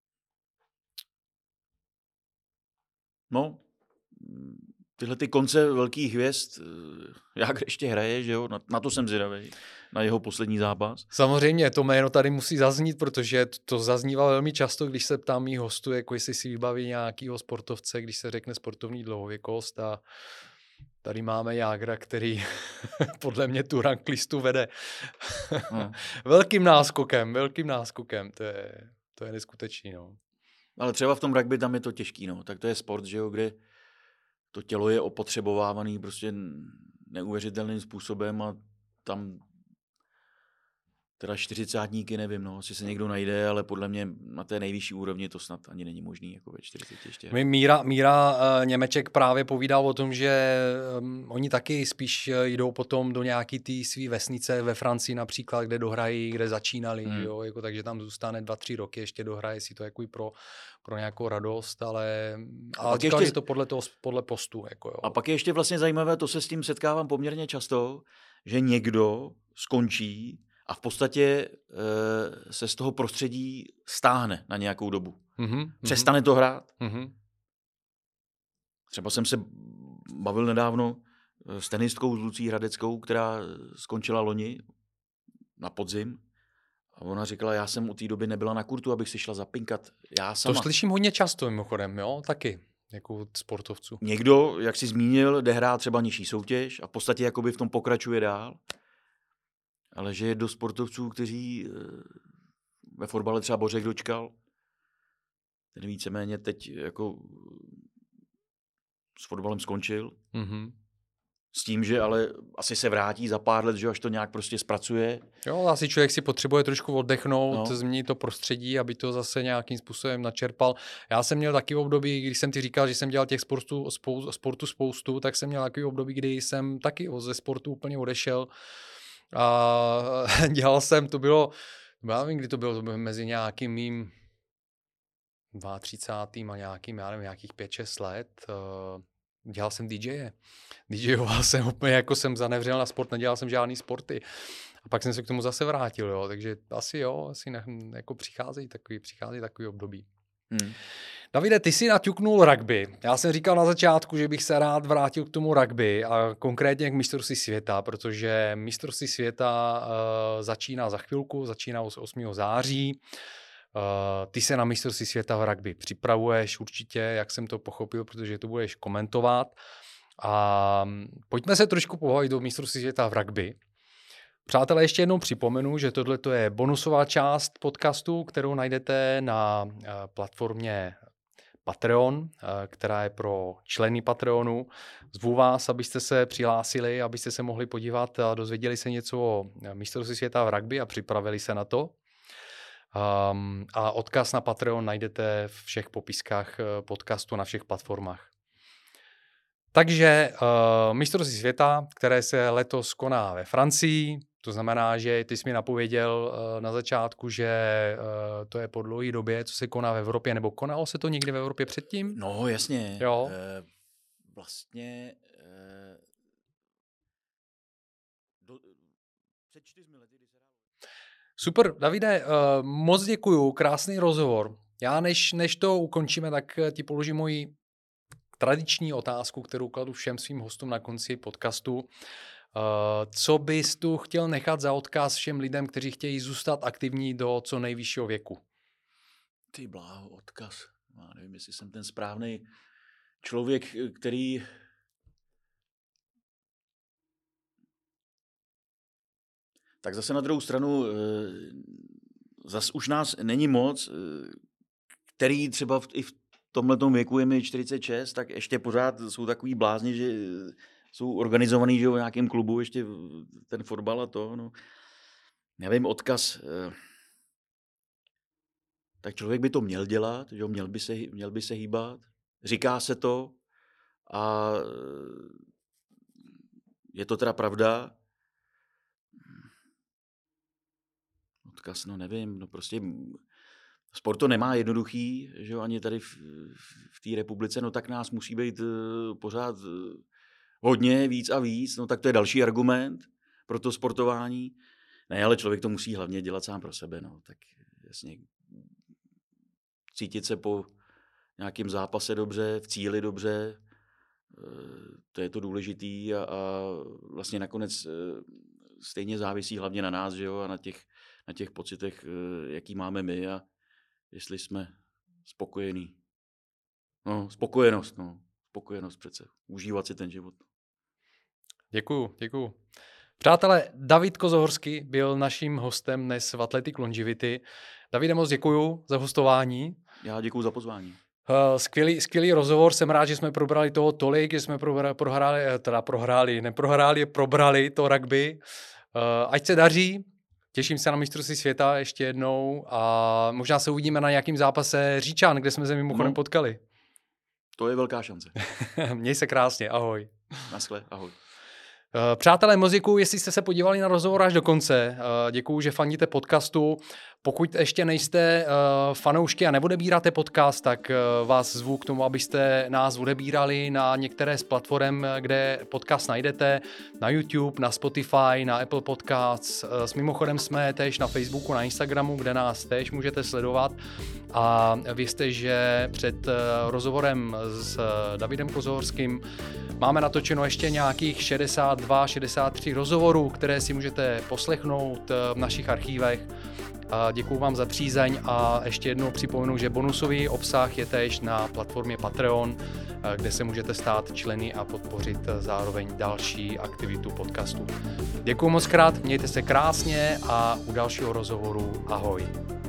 No, tyhle ty konce velkých hvězd, jak ještě hraje, že jo? Na, na to jsem zvědavý, na jeho poslední zápas. Samozřejmě, to jméno tady musí zaznít, protože to zaznívá velmi často, když se ptám mých hostů, jako jestli si vybaví nějakýho sportovce, když se řekne sportovní dlouhověkost, a tady máme Jágra, který podle mě tu ranklistu vede hmm. velkým náskokem, velkým náskokem, to je, to je neskutečný, no. Ale třeba v tom rugby tam je to těžký, no, tak to je sport, že jo, kde to tělo je opotřebovávaný prostě neuvěřitelným způsobem a tam teda čtyřicátníky, nevím, no, asi se někdo najde, ale podle mě na té nejvyšší úrovni to snad ani není možný, jako ve čtyřiceti ještě. Míra, Míra uh, Němeček právě povídal o tom, že um, oni taky spíš jdou potom do nějaký té svý vesnice ve Francii například, kde dohrají, kde začínali, hmm. jo, jako, takže tam zůstane dva, tři roky, ještě dohraje si to jako pro, pro nějakou radost, ale, ale říkal, ještě... je to podle, toho, podle postu. Jako, jo. A pak je ještě vlastně zajímavé, to se s tím setkávám poměrně často, že někdo skončí a v podstatě e, se z toho prostředí stáhne na nějakou dobu. Mm-hmm. Přestane to hrát. Mm-hmm. Třeba jsem se bavil nedávno s tenistkou s Lucí Hradeckou, která skončila loni na podzim. A ona říkala, já jsem u té doby nebyla na kurtu, abych si šla zapinkat. Já sama. To slyším hodně často mimochodem, jo, taky, jako sportovců. Někdo, jak jsi zmínil, jde hrát třeba nižší soutěž a v podstatě jakoby v tom pokračuje dál. Ale že je do sportovců, kteří ve fotbale třeba Bořek dočkal, ten víceméně teď jako s fotbalem skončil. Mm-hmm. S tím, že ale asi se vrátí za pár let, že až to nějak prostě zpracuje. Jo, asi člověk si potřebuje trošku oddechnout, no. změnit to prostředí, aby to zase nějakým způsobem načerpal. Já jsem měl taky období, když jsem ti říkal, že jsem dělal těch sportu, spou, sportu spoustu, tak jsem měl taky období, kdy jsem taky ze sportu úplně odešel. A dělal jsem, to bylo, já nevím, kdy to bylo, to bylo mezi nějakým mým třicátým dva a nějakým, já nevím, nějakých pět šest let. Dělal jsem DJe. DJoval jsem úplně, jako jsem zanevřel na sport, nedělal jsem žádný sporty. A pak jsem se k tomu zase vrátil, jo. Takže asi jo, asi ne, jako přicházejí takový, přicházejí takový období. Hmm. Davide, ty jsi naťuknul rugby. Já jsem říkal na začátku, že bych se rád vrátil k tomu rugby a konkrétně k mistrovství světa, protože mistrovství světa uh, začíná za chvilku, začíná osmého září. Uh, ty se na mistrovství světa v rugby připravuješ určitě, jak jsem to pochopil, protože to budeš komentovat. A pojďme se trošku pobavit do mistrovství světa v rugby. Přátelé, ještě jednou připomenu, že tohle je bonusová část podcastu, kterou najdete na uh, platformě Patreon, uh, která je pro členy Patreonu. Zvu vás, abyste se přihlásili, abyste se mohli podívat a dozvěděli se něco o mistrovství světa v rugby a připravili se na to. Um, a odkaz na Patreon najdete v všech popiskách podcastu na všech platformách. Takže uh, mistrovství světa, které se letos koná ve Francii, To znamená, že ty jsi mi napověděl uh, na začátku, že uh, to je po dlouhé době, co se koná v Evropě, nebo konalo se to někdy v Evropě předtím? No, jasně. Jo. E, vlastně e, do, před čtyřmi lety, kdy se dá... Super, Davide, uh, moc děkuju, krásný rozhovor. Já než, než to ukončíme, tak ti položím moji tradiční otázku, kterou kladu všem svým hostům na konci podcastu. Uh, co bys tu chtěl nechat za odkaz všem lidem, kteří chtějí zůstat aktivní do co nejvyššího věku? Ty bláho, odkaz. Já nevím, jestli jsem ten správný člověk, který... Tak zase na druhou stranu, zas už nás není moc, který třeba i v tomhletom věku je mi čtyřicet šest, tak ještě pořád jsou takový blázni, že jsou organizovaný, že v nějakém klubu ještě ten fotbal a to. No. Nevím, odkaz. Tak člověk by to měl dělat, že měl by se, měl by se hýbat. Říká se to a je to teda pravda. Odkaz, no nevím, no prostě sport to nemá jednoduchý, že jo, ani tady v, v té republice, no tak nás musí být uh, pořád uh, hodně, víc a víc, no tak to je další argument pro to sportování. Ne, ale člověk to musí hlavně dělat sám pro sebe, no, tak jasně cítit se po nějakém zápase dobře, v cíli dobře, uh, to je to důležitý a, a vlastně nakonec uh, stejně závisí hlavně na nás, že jo, a na těch, na těch pocitech, uh, jaký máme my a jestli jsme spokojení. No, spokojenost, no. Spokojenost přece. Užívat si ten život. Děkuju, děkuju. Přátelé, David Kozohorský byl naším hostem dnes v Athletic Longevity. Davide, moc děkuju za hostování. Já děkuju za pozvání. Uh, skvělý, skvělý rozhovor, jsem rád, že jsme probrali toho tolik, že jsme probra, prohráli, teda prohráli, neprohráli, probrali to rugby. Uh, ať se daří. Těším se na mistrovství světa ještě jednou a možná se uvidíme na nějakým zápase Říčan, kde jsme se mimochodem no, potkali. To je velká šance. Měj se krásně, ahoj. Naschle, ahoj. Přátelé, moc děkuju, jestli jste se podívali na rozhovor až do konce. Děkuju, že fandíte podcastu. Pokud ještě nejste fanoušky a neodebíráte podcast, tak vás zvu k tomu, abyste nás odebírali na některé z platform, kde podcast najdete. Na YouTube, na Spotify, na Apple Podcasts. S mimochodem jsme též na Facebooku, na Instagramu, kde nás též můžete sledovat. A vězte, že před rozhovorem s Davidem Kozohorským máme natočeno ještě nějakých šedesát dva šedesát tři rozhovorů, které si můžete poslechnout v našich archívech. Děkuju vám za přízeň a ještě jednou připomenu, že bonusový obsah je též na platformě Patreon, kde se můžete stát členy a podpořit zároveň další aktivitu podcastu. Děkuju moc krát, mějte se krásně a u dalšího rozhovoru ahoj.